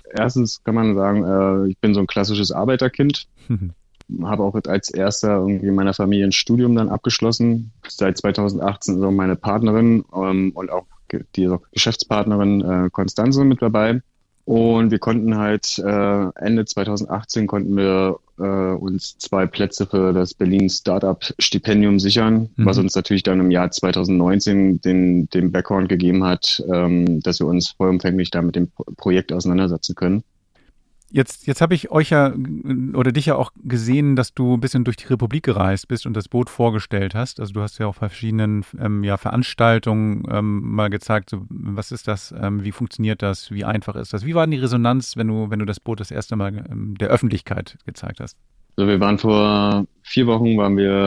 erstens kann man sagen, ich bin so ein klassisches Arbeiterkind. Habe auch als erster irgendwie in meiner Familie ein Studium dann abgeschlossen. Seit 2018 ist auch meine Partnerin und auch die Geschäftspartnerin Konstanze mit dabei. Und wir konnten halt Ende 2018 konnten wir uns 2 Plätze für das Berlin Startup-Stipendium sichern, was uns natürlich dann im Jahr 2019 den Background gegeben hat, dass wir uns vollumfänglich da mit dem Projekt auseinandersetzen können. Jetzt habe ich euch ja oder dich ja auch gesehen, dass du ein bisschen durch die Republik gereist bist und das Boot vorgestellt hast. Also du hast ja auch bei verschiedenen Veranstaltungen mal gezeigt, so, was ist das, wie funktioniert das, wie einfach ist das? Wie war denn die Resonanz, wenn du das Boot das erste Mal der Öffentlichkeit gezeigt hast? Also wir waren vor 4 Wochen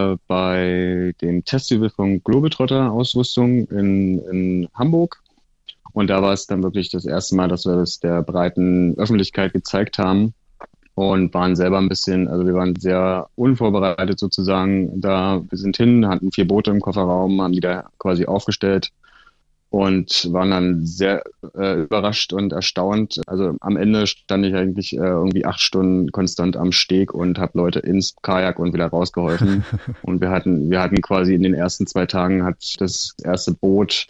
bei dem Festival von Globetrotter Ausrüstung in Hamburg. Und da war es dann wirklich das erste Mal, dass wir das der breiten Öffentlichkeit gezeigt haben und waren selber wir waren sehr unvorbereitet sozusagen da. Wir sind hin, hatten 4 Boote im Kofferraum, haben die da quasi aufgestellt und waren dann sehr überrascht und erstaunt. Also am Ende stand ich eigentlich irgendwie 8 Stunden konstant am Steg und habe Leute ins Kajak und wieder rausgeholfen. Und wir hatten quasi in den ersten 2 Tagen hat das erste Boot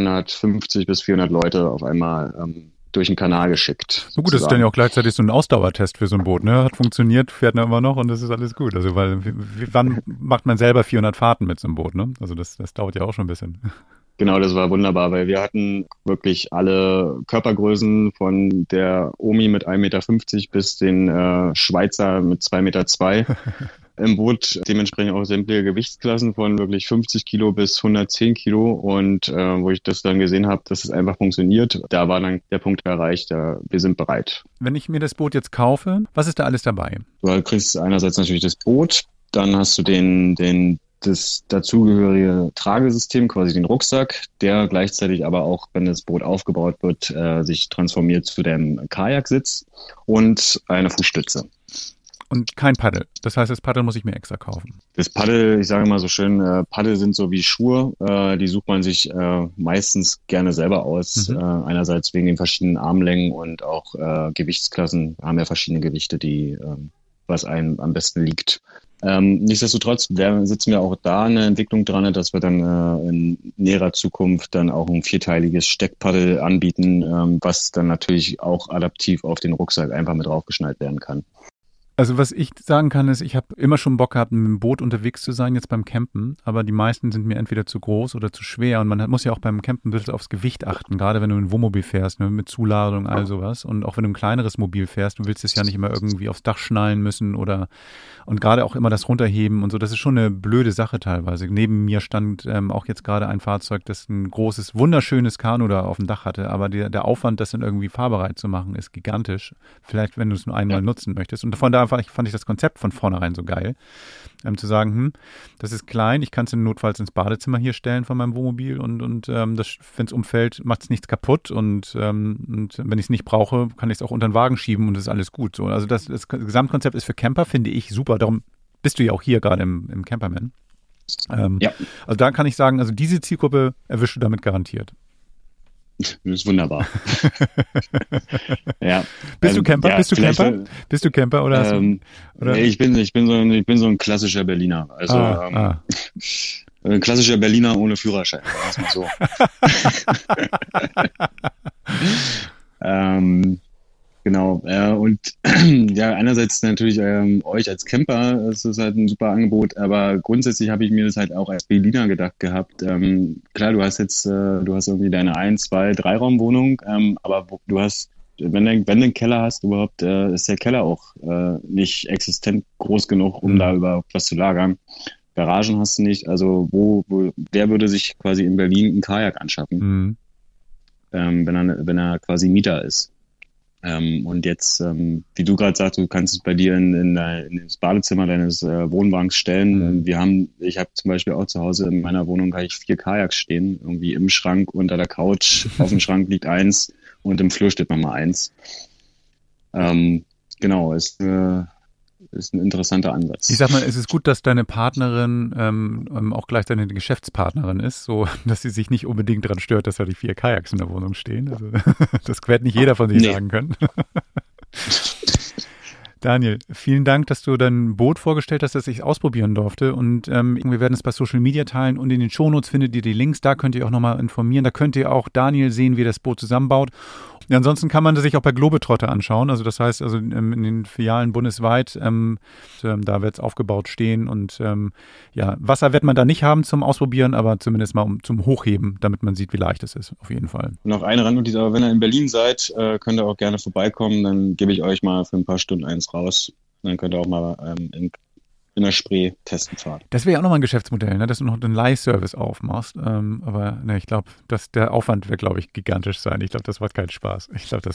350 bis 400 Leute auf einmal durch den Kanal geschickt. So gut, das ist dann ja auch gleichzeitig so ein Ausdauertest für so ein Boot, ne? Hat funktioniert, fährt immer noch und das ist alles gut. Also weil wann macht man selber 400 Fahrten mit so einem Boot, ne? Also das dauert ja auch schon ein bisschen. Genau, das war wunderbar, weil wir hatten wirklich alle Körpergrößen von der Omi mit 1,50 Meter bis den Schweizer mit 2,2 Meter im Boot. Dementsprechend auch sämtliche Gewichtsklassen von wirklich 50 Kilo bis 110 Kilo. Und wo ich das dann gesehen habe, dass es einfach funktioniert, da war dann der Punkt erreicht, wir sind bereit. Wenn ich mir das Boot jetzt kaufe, was ist da alles dabei? Du kriegst einerseits natürlich das Boot, dann hast du das dazugehörige Tragesystem, quasi den Rucksack, der gleichzeitig aber auch, wenn das Boot aufgebaut wird, sich transformiert zu dem Kajaksitz und eine Fußstütze. Und kein Paddel. Das heißt, das Paddel muss ich mir extra kaufen. Das Paddel, ich sage mal so schön, Paddel sind so wie Schuhe. Die sucht man sich meistens gerne selber aus. Einerseits wegen den verschiedenen Armlängen und auch Gewichtsklassen. Wir haben ja verschiedene Gewichte, was einem am besten liegt. Nichtsdestotrotz sitzen wir auch da eine Entwicklung dran, dass wir dann in näherer Zukunft dann auch ein 4-teiliges Steckpaddel anbieten, was dann natürlich auch adaptiv auf den Rucksack einfach mit draufgeschnallt werden kann. Also was ich sagen kann, ist, ich habe immer schon Bock gehabt, mit dem Boot unterwegs zu sein, jetzt beim Campen, aber die meisten sind mir entweder zu groß oder zu schwer und man muss ja auch beim Campen ein bisschen aufs Gewicht achten, gerade wenn du ein Wohnmobil fährst, ne, mit Zuladung, all sowas, und auch wenn du ein kleineres Mobil fährst, du willst es ja nicht immer irgendwie aufs Dach schnallen müssen und gerade auch immer das runterheben und so, das ist schon eine blöde Sache teilweise. Neben mir stand auch jetzt gerade ein Fahrzeug, das ein großes, wunderschönes Kanu da auf dem Dach hatte, aber der Aufwand, das dann irgendwie fahrbereit zu machen, ist gigantisch, vielleicht wenn du es nur einmal nutzen möchtest, und von da fand ich das Konzept von vornherein so geil, zu sagen, das ist klein, ich kann es notfalls ins Badezimmer hier stellen von meinem Wohnmobil und wenn es umfällt, macht es nichts kaputt und wenn ich es nicht brauche, kann ich es auch unter den Wagen schieben und es ist alles gut. So, also das Gesamtkonzept ist für Camper, finde ich, super. Darum bist du ja auch hier gerade im Camperman. Also da kann ich sagen, also diese Zielgruppe erwischst du damit garantiert. Das ist wunderbar. Ja. Bist du Camper? Ja, Bist du Camper oder? Nee, ich bin so ein klassischer Berliner. Also ein klassischer Berliner ohne Führerschein. Sagen wir mal so. Genau. Und ja, einerseits natürlich euch als Camper, das ist halt ein super Angebot, aber grundsätzlich habe ich mir das halt auch als Berliner gedacht gehabt. Klar, du hast irgendwie deine 1-, 2-, 3-Raumwohnung, aber du hast, wenn du einen Keller hast überhaupt, ist der Keller auch nicht existent groß genug, um da überhaupt was zu lagern. Garagen hast du nicht, also wer würde sich quasi in Berlin einen Kajak anschaffen, wenn er quasi Mieter ist? Und jetzt, wie du gerade sagst, du kannst es bei dir in das Badezimmer deines Wohnwagens stellen. Ich habe zum Beispiel auch zu Hause in meiner Wohnung 4 Kajaks stehen, irgendwie im Schrank, unter der Couch, auf dem Schrank liegt eins und im Flur steht nochmal eins. Genau, ist ein interessanter Ansatz. Ich sag mal, es ist gut, dass deine Partnerin auch gleich deine Geschäftspartnerin ist, so dass sie sich nicht unbedingt daran stört, dass da die 4 Kajaks in der Wohnung stehen. Also, das wird nicht jeder von sich sagen können. Daniel, vielen Dank, dass du dein Boot vorgestellt hast, dass ich es ausprobieren durfte. Und wir werden es bei Social Media teilen und in den Shownotes findet ihr die Links. Da könnt ihr auch nochmal informieren. Da könnt ihr auch Daniel sehen, wie er das Boot zusammenbaut. Ja, ansonsten kann man das sich auch bei Globetrotter anschauen. Also das heißt, also in den Filialen bundesweit, da wird es aufgebaut stehen. Und Wasser wird man da nicht haben zum Ausprobieren, aber zumindest mal zum Hochheben, damit man sieht, wie leicht es ist, auf jeden Fall. Noch eine Randnotiz, aber wenn ihr in Berlin seid, könnt ihr auch gerne vorbeikommen. Dann gebe ich euch mal für ein paar Stunden eins raus. Dann könnt ihr auch mal in der Spree testen fahren. Das wäre ja auch nochmal ein Geschäftsmodell, ne? Dass du noch den Leihservice aufmachst. Aber ne, ich glaube, der Aufwand wird, glaube ich, gigantisch sein. Ich glaube, das macht keinen Spaß.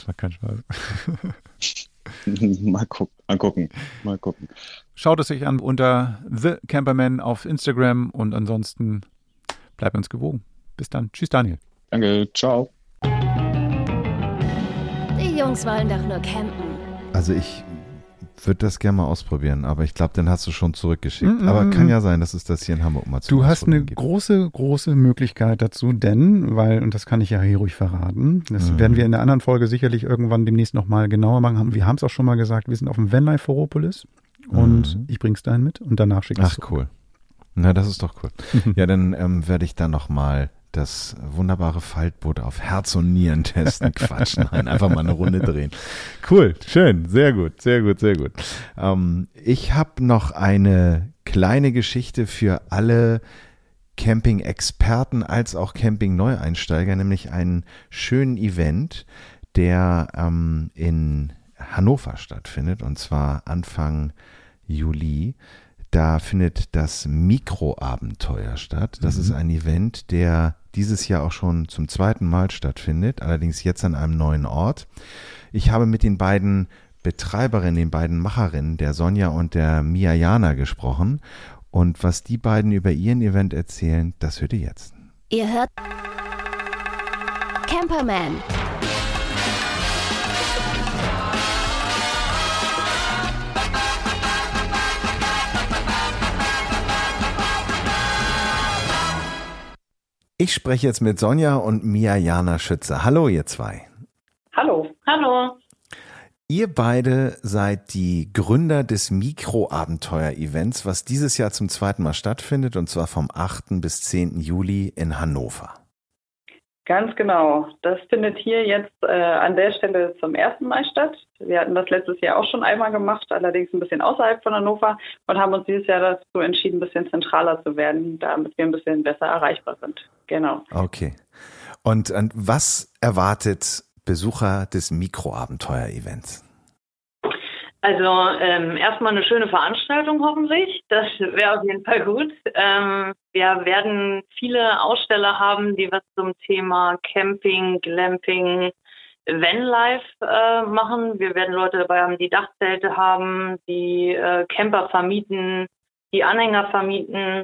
Mal gucken. Schaut es euch an unter The Camperman auf Instagram und ansonsten bleibt uns gewogen. Bis dann. Tschüss, Daniel. Danke, ciao. Die Jungs wollen doch nur campen. Also ich würde das gerne mal ausprobieren, aber ich glaube, den hast du schon zurückgeschickt. Aber kann ja sein, dass es das hier in Hamburg mal zu Du hast eine gibt. große Möglichkeit dazu, denn, und das kann ich ja hier ruhig verraten, das werden wir in der anderen Folge sicherlich irgendwann demnächst nochmal genauer machen. Wir haben es auch schon mal gesagt, wir sind auf dem Vanlife Foropolis und ich bring's dahin mit und danach schicke ich es. Ach, cool. Na, das ist doch cool. Ja, dann werde ich dann nochmal das wunderbare Faltboot auf Herz und Nieren testen. Quatsch, nein, einfach mal eine Runde drehen. Cool, schön, sehr gut. Ich habe noch eine kleine Geschichte für alle Camping-Experten als auch Camping-Neueinsteiger, nämlich einen schönen Event, der in Hannover stattfindet, und zwar Anfang Juli. Da findet das Mikroabenteuer statt. Das ist ein Event, der dieses Jahr auch schon zum 2. Mal stattfindet, allerdings jetzt an einem neuen Ort. Ich habe mit den beiden Betreiberinnen, den beiden Macherinnen, der Sonja und der Mia Jana, gesprochen. Und was die beiden über ihren Event erzählen, das hört ihr jetzt. Ihr hört Camperman. Ich spreche jetzt mit Sonja und Mia Jana Schütze. Hallo, ihr zwei. Hallo. Hallo. Ihr beide seid die Gründer des Mikroabenteuer-Events, was dieses Jahr zum 2. Mal stattfindet, und zwar vom 8. bis 10. Juli in Hannover. Ganz genau. Das findet hier jetzt an der Stelle zum 1. Mal statt. Wir hatten das letztes Jahr auch schon einmal gemacht, allerdings ein bisschen außerhalb von Hannover, und haben uns dieses Jahr dazu entschieden, ein bisschen zentraler zu werden, damit wir ein bisschen besser erreichbar sind. Genau. Okay. Und was erwartet Besucher des Mikroabenteuer-Events? Also erstmal eine schöne Veranstaltung hoffentlich. Das wäre auf jeden Fall gut. Wir werden viele Aussteller haben, die was zum Thema Camping, Glamping, Vanlife machen. Wir werden Leute dabei haben, die Dachzelte haben, die Camper vermieten, die Anhänger vermieten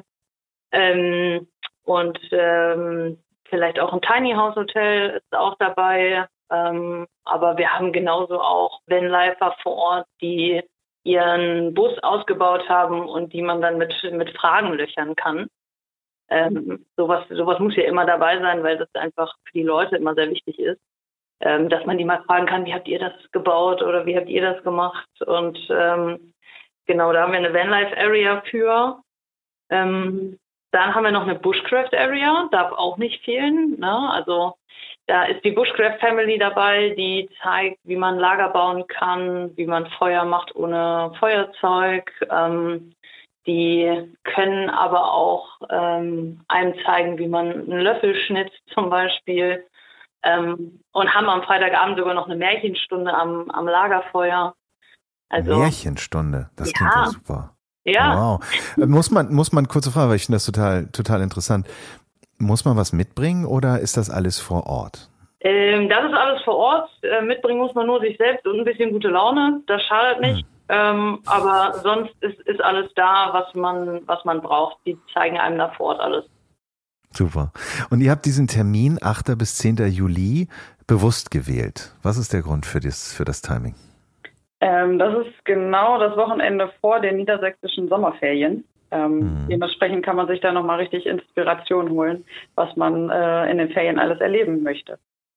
und vielleicht auch ein Tiny House Hotel ist auch dabei. Aber wir haben genauso auch Vanlifer vor Ort, die ihren Bus ausgebaut haben und die man dann mit Fragen löchern kann. Sowas muss ja immer dabei sein, weil das einfach für die Leute immer sehr wichtig ist, dass man die mal fragen kann, wie habt ihr das gebaut oder wie habt ihr das gemacht? Und genau, da haben wir eine Vanlife Area für. Dann haben wir noch eine Bushcraft Area, darf auch nicht fehlen, ne? Also da ist die Bushcraft Family dabei, die zeigt, wie man Lager bauen kann, wie man Feuer macht ohne Feuerzeug. Die können aber auch einem zeigen, wie man einen Löffel schnitzt zum Beispiel. Und haben am Freitagabend sogar noch eine Märchenstunde am Lagerfeuer. Also, Märchenstunde, das klingt ja super. Ja. Wow. Muss man kurze Frage, weil ich finde das total interessant. Muss man was mitbringen oder ist das alles vor Ort? Das ist alles vor Ort. Mitbringen muss man nur sich selbst und ein bisschen gute Laune. Das schadet nicht. Aber sonst ist alles da, was man braucht. Die zeigen einem da vor Ort alles. Super. Und ihr habt diesen Termin 8. bis 10. Juli bewusst gewählt. Was ist der Grund für das Timing? Das ist genau das Wochenende vor den niedersächsischen Sommerferien. Dementsprechend kann man sich da nochmal richtig Inspiration holen, was man in den Ferien alles erleben möchte.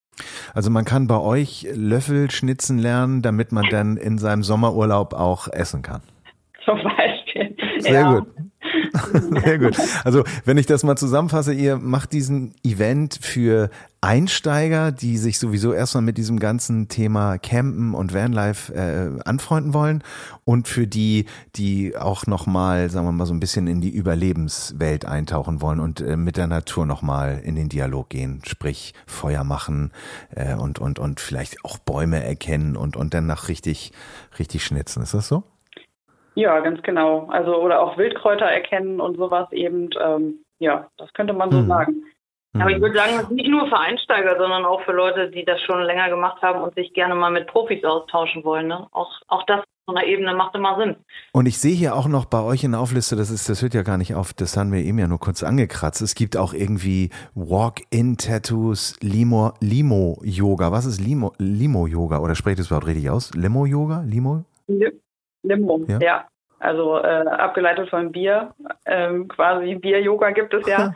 Also man kann bei euch Löffel schnitzen lernen, damit man dann in seinem Sommerurlaub auch essen kann. Zum Beispiel. Sehr gut. Sehr gut. Also wenn ich das mal zusammenfasse, ihr macht diesen Event für Einsteiger, die sich sowieso erstmal mit diesem ganzen Thema Campen und Vanlife anfreunden wollen und für die auch nochmal, sagen wir mal, so ein bisschen in die Überlebenswelt eintauchen wollen und mit der Natur nochmal in den Dialog gehen, sprich Feuer machen und vielleicht auch Bäume erkennen und danach richtig schnitzen. Ist das so? Ja, ganz genau. Also oder auch Wildkräuter erkennen und sowas eben. Ja, das könnte man so sagen. Aber ich würde sagen, das ist nicht nur für Einsteiger, sondern auch für Leute, die das schon länger gemacht haben und sich gerne mal mit Profis austauschen wollen. Ne? Auch das von der Ebene macht immer Sinn. Und ich sehe hier auch noch bei euch in der Aufliste, das hört ja gar nicht auf, das haben wir eben ja nur kurz angekratzt. Es gibt auch irgendwie Walk-in-Tattoos, Limo-Yoga. Was ist Limo-Yoga? Oder spreche ich das überhaupt richtig aus? Limo-Yoga? Limo? Limo, ja. Also abgeleitet von Bier. Quasi Bier-Yoga gibt es ja.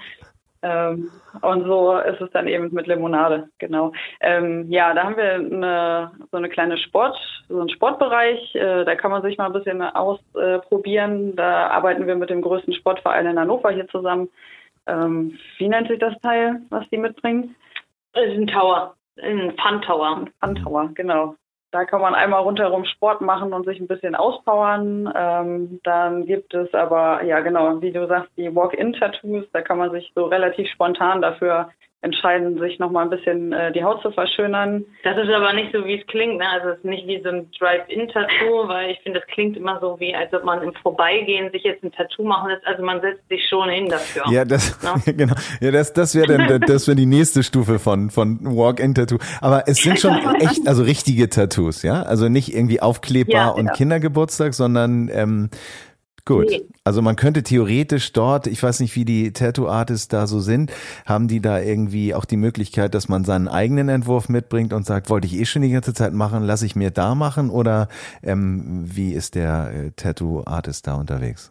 Und so ist es dann eben mit Limonade, genau. Ja, da haben wir so einen Sportbereich, da kann man sich mal ein bisschen ausprobieren. Da arbeiten wir mit dem größten Sportverein in Hannover hier zusammen. Wie nennt sich das Teil, was die mitbringen? Das ist ein Tower, ein Fun-Tower. Ein Fun-Tower, genau. Da kann man einmal rundherum Sport machen und sich ein bisschen auspowern. Dann gibt es aber, ja genau, wie du sagst, die Walk-in-Tattoos. Da kann man sich so relativ spontan dafür entscheiden, sich nochmal ein bisschen die Haut zu verschönern. Das ist aber nicht so, wie es klingt. Ne? Also es ist nicht wie so ein Drive-in-Tattoo, weil ich finde, das klingt immer so, wie als ob man im Vorbeigehen sich jetzt ein Tattoo machen lässt. Also man setzt sich schon hin dafür. Ja, genau. Ja, das wäre dann die nächste Stufe von Walk-in-Tattoo. Aber es sind schon echt, also richtige Tattoos, ja? Also nicht irgendwie aufklebbar und Kindergeburtstag, sondern gut, also man könnte theoretisch dort, ich weiß nicht, wie die Tattoo-Artists da so sind, haben die da irgendwie auch die Möglichkeit, dass man seinen eigenen Entwurf mitbringt und sagt, wollte ich schon die ganze Zeit machen, lasse ich mir da machen oder wie ist der Tattoo-Artist da unterwegs?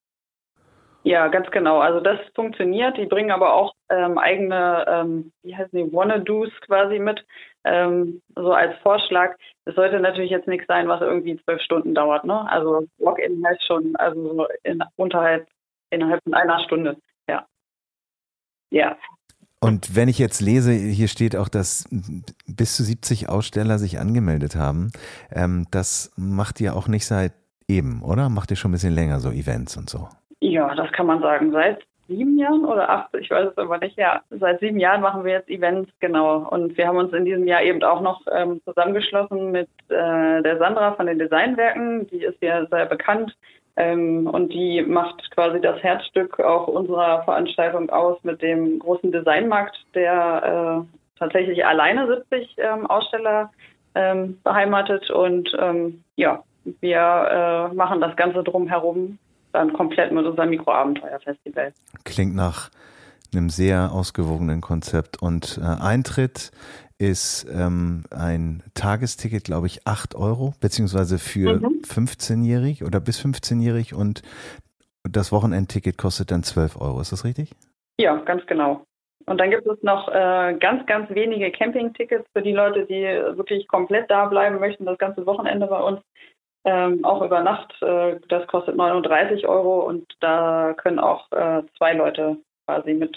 Ja, ganz genau. Also das funktioniert. Die bringen aber auch eigene, Wanna-Dos quasi mit. So als Vorschlag. Es sollte natürlich jetzt nichts sein, was irgendwie 12 Stunden dauert. Ne? Also Walk-in heißt schon, also so innerhalb von einer Stunde. Ja. Ja. Und wenn ich jetzt lese, hier steht auch, dass bis zu 70 Aussteller sich angemeldet haben. Das macht ihr auch nicht seit eben, oder? Macht ihr schon ein bisschen länger so Events und so? Ja, das kann man sagen. Seit 7 Jahren oder 8, ich weiß es aber nicht. Ja, seit 7 Jahren machen wir jetzt Events, genau. Und wir haben uns in diesem Jahr eben auch noch zusammengeschlossen mit der Sandra von den Designwerken. Die ist ja sehr bekannt und die macht quasi das Herzstück auch unserer Veranstaltung aus mit dem großen Designmarkt, der tatsächlich alleine 70 Aussteller beheimatet. Und wir machen das Ganze drumherum dann komplett mit unserem Mikroabenteuerfestival. Klingt nach einem sehr ausgewogenen Konzept. Und Eintritt ist ein Tagesticket, glaube ich, 8 €, beziehungsweise für 15-jährig oder bis 15-jährig und das Wochenendticket kostet dann 12 €. Ist das richtig? Ja, ganz genau. Und dann gibt es noch ganz, ganz wenige Campingtickets für die Leute, die wirklich komplett da bleiben möchten, das ganze Wochenende bei uns. Auch über Nacht, das kostet 39 € und da können auch 2 Leute quasi mit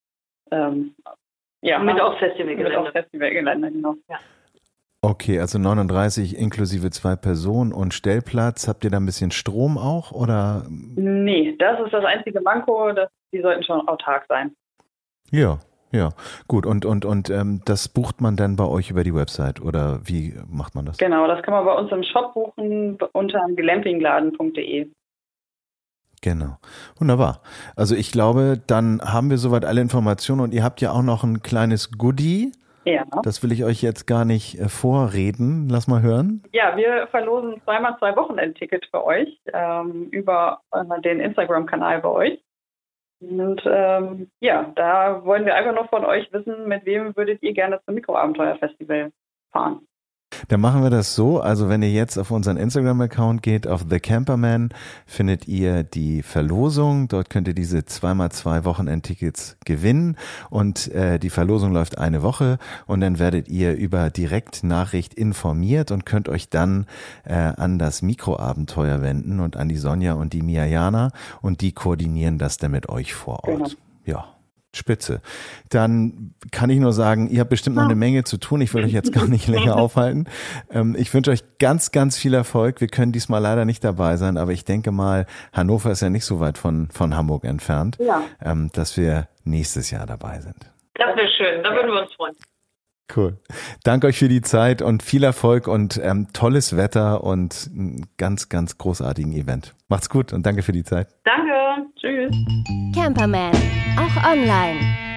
aufs Festivalgelände, genau. Ja. Okay, also 39 inklusive 2 Personen und Stellplatz. Habt ihr da ein bisschen Strom auch oder? Nee, das ist das einzige Manko, die sollten schon autark sein. Ja. Gut. Und das bucht man dann bei euch über die Website oder wie macht man das? Genau, das kann man bei uns im Shop buchen unter glampingladen.de. Genau. Wunderbar. Also ich glaube, dann haben wir soweit alle Informationen und ihr habt ja auch noch ein kleines Goodie. Ja. Das will ich euch jetzt gar nicht vorreden. Lass mal hören. Ja, wir verlosen 2x2 Wochenendticket für euch über den Instagram-Kanal bei euch. Und da wollen wir einfach noch von euch wissen, mit wem würdet ihr gerne zum Mikroabenteuerfestival fahren? Dann machen wir das so. Also wenn ihr jetzt auf unseren Instagram-Account geht, auf The Camperman, findet ihr die Verlosung. Dort könnt ihr diese 2x2 Wochenendtickets gewinnen. Und die Verlosung läuft eine Woche. Und dann werdet ihr über Direktnachricht informiert und könnt euch dann an das Mikroabenteuer wenden und an die Sonja und die Miajana. Und die koordinieren das dann mit euch vor Ort. Genau. Ja. Spitze. Dann kann ich nur sagen, ihr habt bestimmt noch eine Menge zu tun. Ich will euch jetzt gar nicht länger aufhalten. Ich wünsche euch ganz, ganz viel Erfolg. Wir können diesmal leider nicht dabei sein, aber ich denke mal, Hannover ist ja nicht so weit von Hamburg entfernt, dass wir nächstes Jahr dabei sind. Das wäre schön, da würden wir uns freuen. Cool. Danke euch für die Zeit und viel Erfolg und tolles Wetter und einen ganz, ganz großartigen Event. Macht's gut und danke für die Zeit. Danke, tschüss. Camperman, auch online.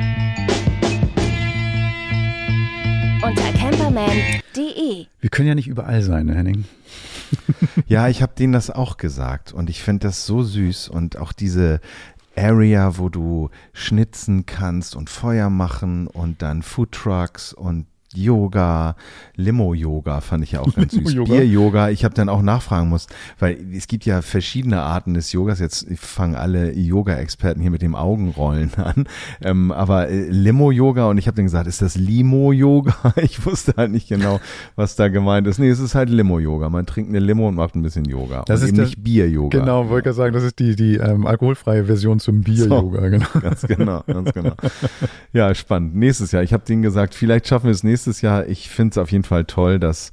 Unter camperman.de. Wir können ja nicht überall sein, ne, Henning? Ja, ich habe denen das auch gesagt und ich finde das so süß und auch diese Area, wo du schnitzen kannst und Feuer machen und dann Foodtrucks und Yoga, Limo-Yoga fand ich ja auch ganz süß. Bier-Yoga, ich habe dann auch nachfragen müssen, weil es gibt ja verschiedene Arten des Yogas. Jetzt fangen alle Yoga-Experten hier mit dem Augenrollen an. Aber Limo-Yoga und ich habe dann gesagt, ist das Limo-Yoga? Ich wusste halt nicht genau, was da gemeint ist. Nee, es ist halt Limo-Yoga. Man trinkt eine Limo und macht ein bisschen Yoga. Das und ist eben nicht Bier-Yoga. Genau, wollte ich sagen, das ist die alkoholfreie Version zum Bier-Yoga. So, genau. Ganz genau. Ja, spannend. Nächstes Jahr. Ich habe denen gesagt, vielleicht schaffen wir es nächstes Jahr. Ich finde es auf jeden Fall toll, dass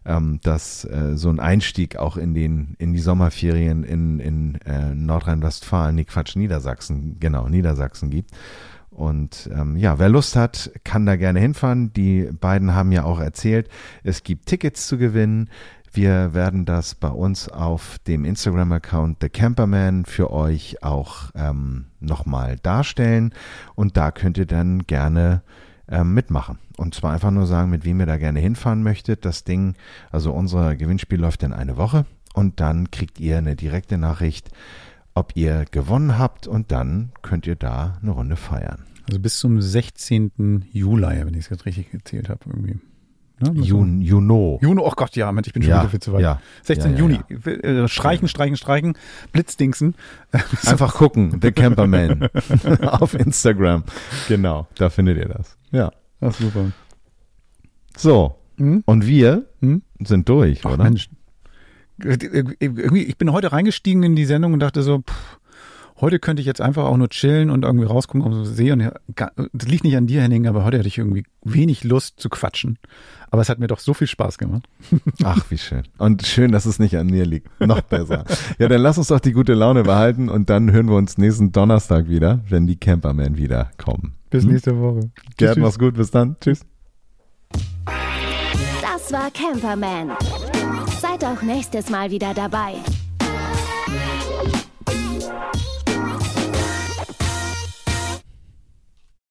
so ein Einstieg auch in die Sommerferien in Nordrhein-Westfalen, Niedersachsen gibt. Und wer Lust hat, kann da gerne hinfahren. Die beiden haben ja auch erzählt, es gibt Tickets zu gewinnen. Wir werden das bei uns auf dem Instagram-Account The Camperman für euch auch nochmal darstellen. Und da könnt ihr dann gerne mitmachen. Und zwar einfach nur sagen, mit wem ihr da gerne hinfahren möchtet. Das Ding, also unser Gewinnspiel läuft in eine Woche und dann kriegt ihr eine direkte Nachricht, ob ihr gewonnen habt und dann könnt ihr da eine Runde feiern. Also bis zum 16. Juli, wenn ich es jetzt richtig gezählt habe irgendwie. Ne? Juno, oh Gott, ja, Mensch, ich bin schon wieder viel zu weit. Ja, 16. Juni. Streichen. Blitzdingsen. Einfach gucken, The Camperman auf Instagram. Genau, da findet ihr das. Ja. Ach, super. So, und wir sind durch, Ach, oder? Mensch. Irgendwie, ich bin heute reingestiegen in die Sendung und dachte so, heute könnte ich jetzt einfach auch nur chillen und irgendwie rausgucken auf den See. Und das liegt nicht an dir, Henning, aber heute hatte ich irgendwie wenig Lust zu quatschen. Aber es hat mir doch so viel Spaß gemacht. Ach, wie schön. Und schön, dass es nicht an mir liegt. Noch besser. Ja, dann lass uns doch die gute Laune behalten und dann hören wir uns nächsten Donnerstag wieder, wenn die Camperman wieder kommen. Bis nächste Woche. Gerd, mach's gut. Bis dann. Tschüss. Das war Camperman. Seid auch nächstes Mal wieder dabei.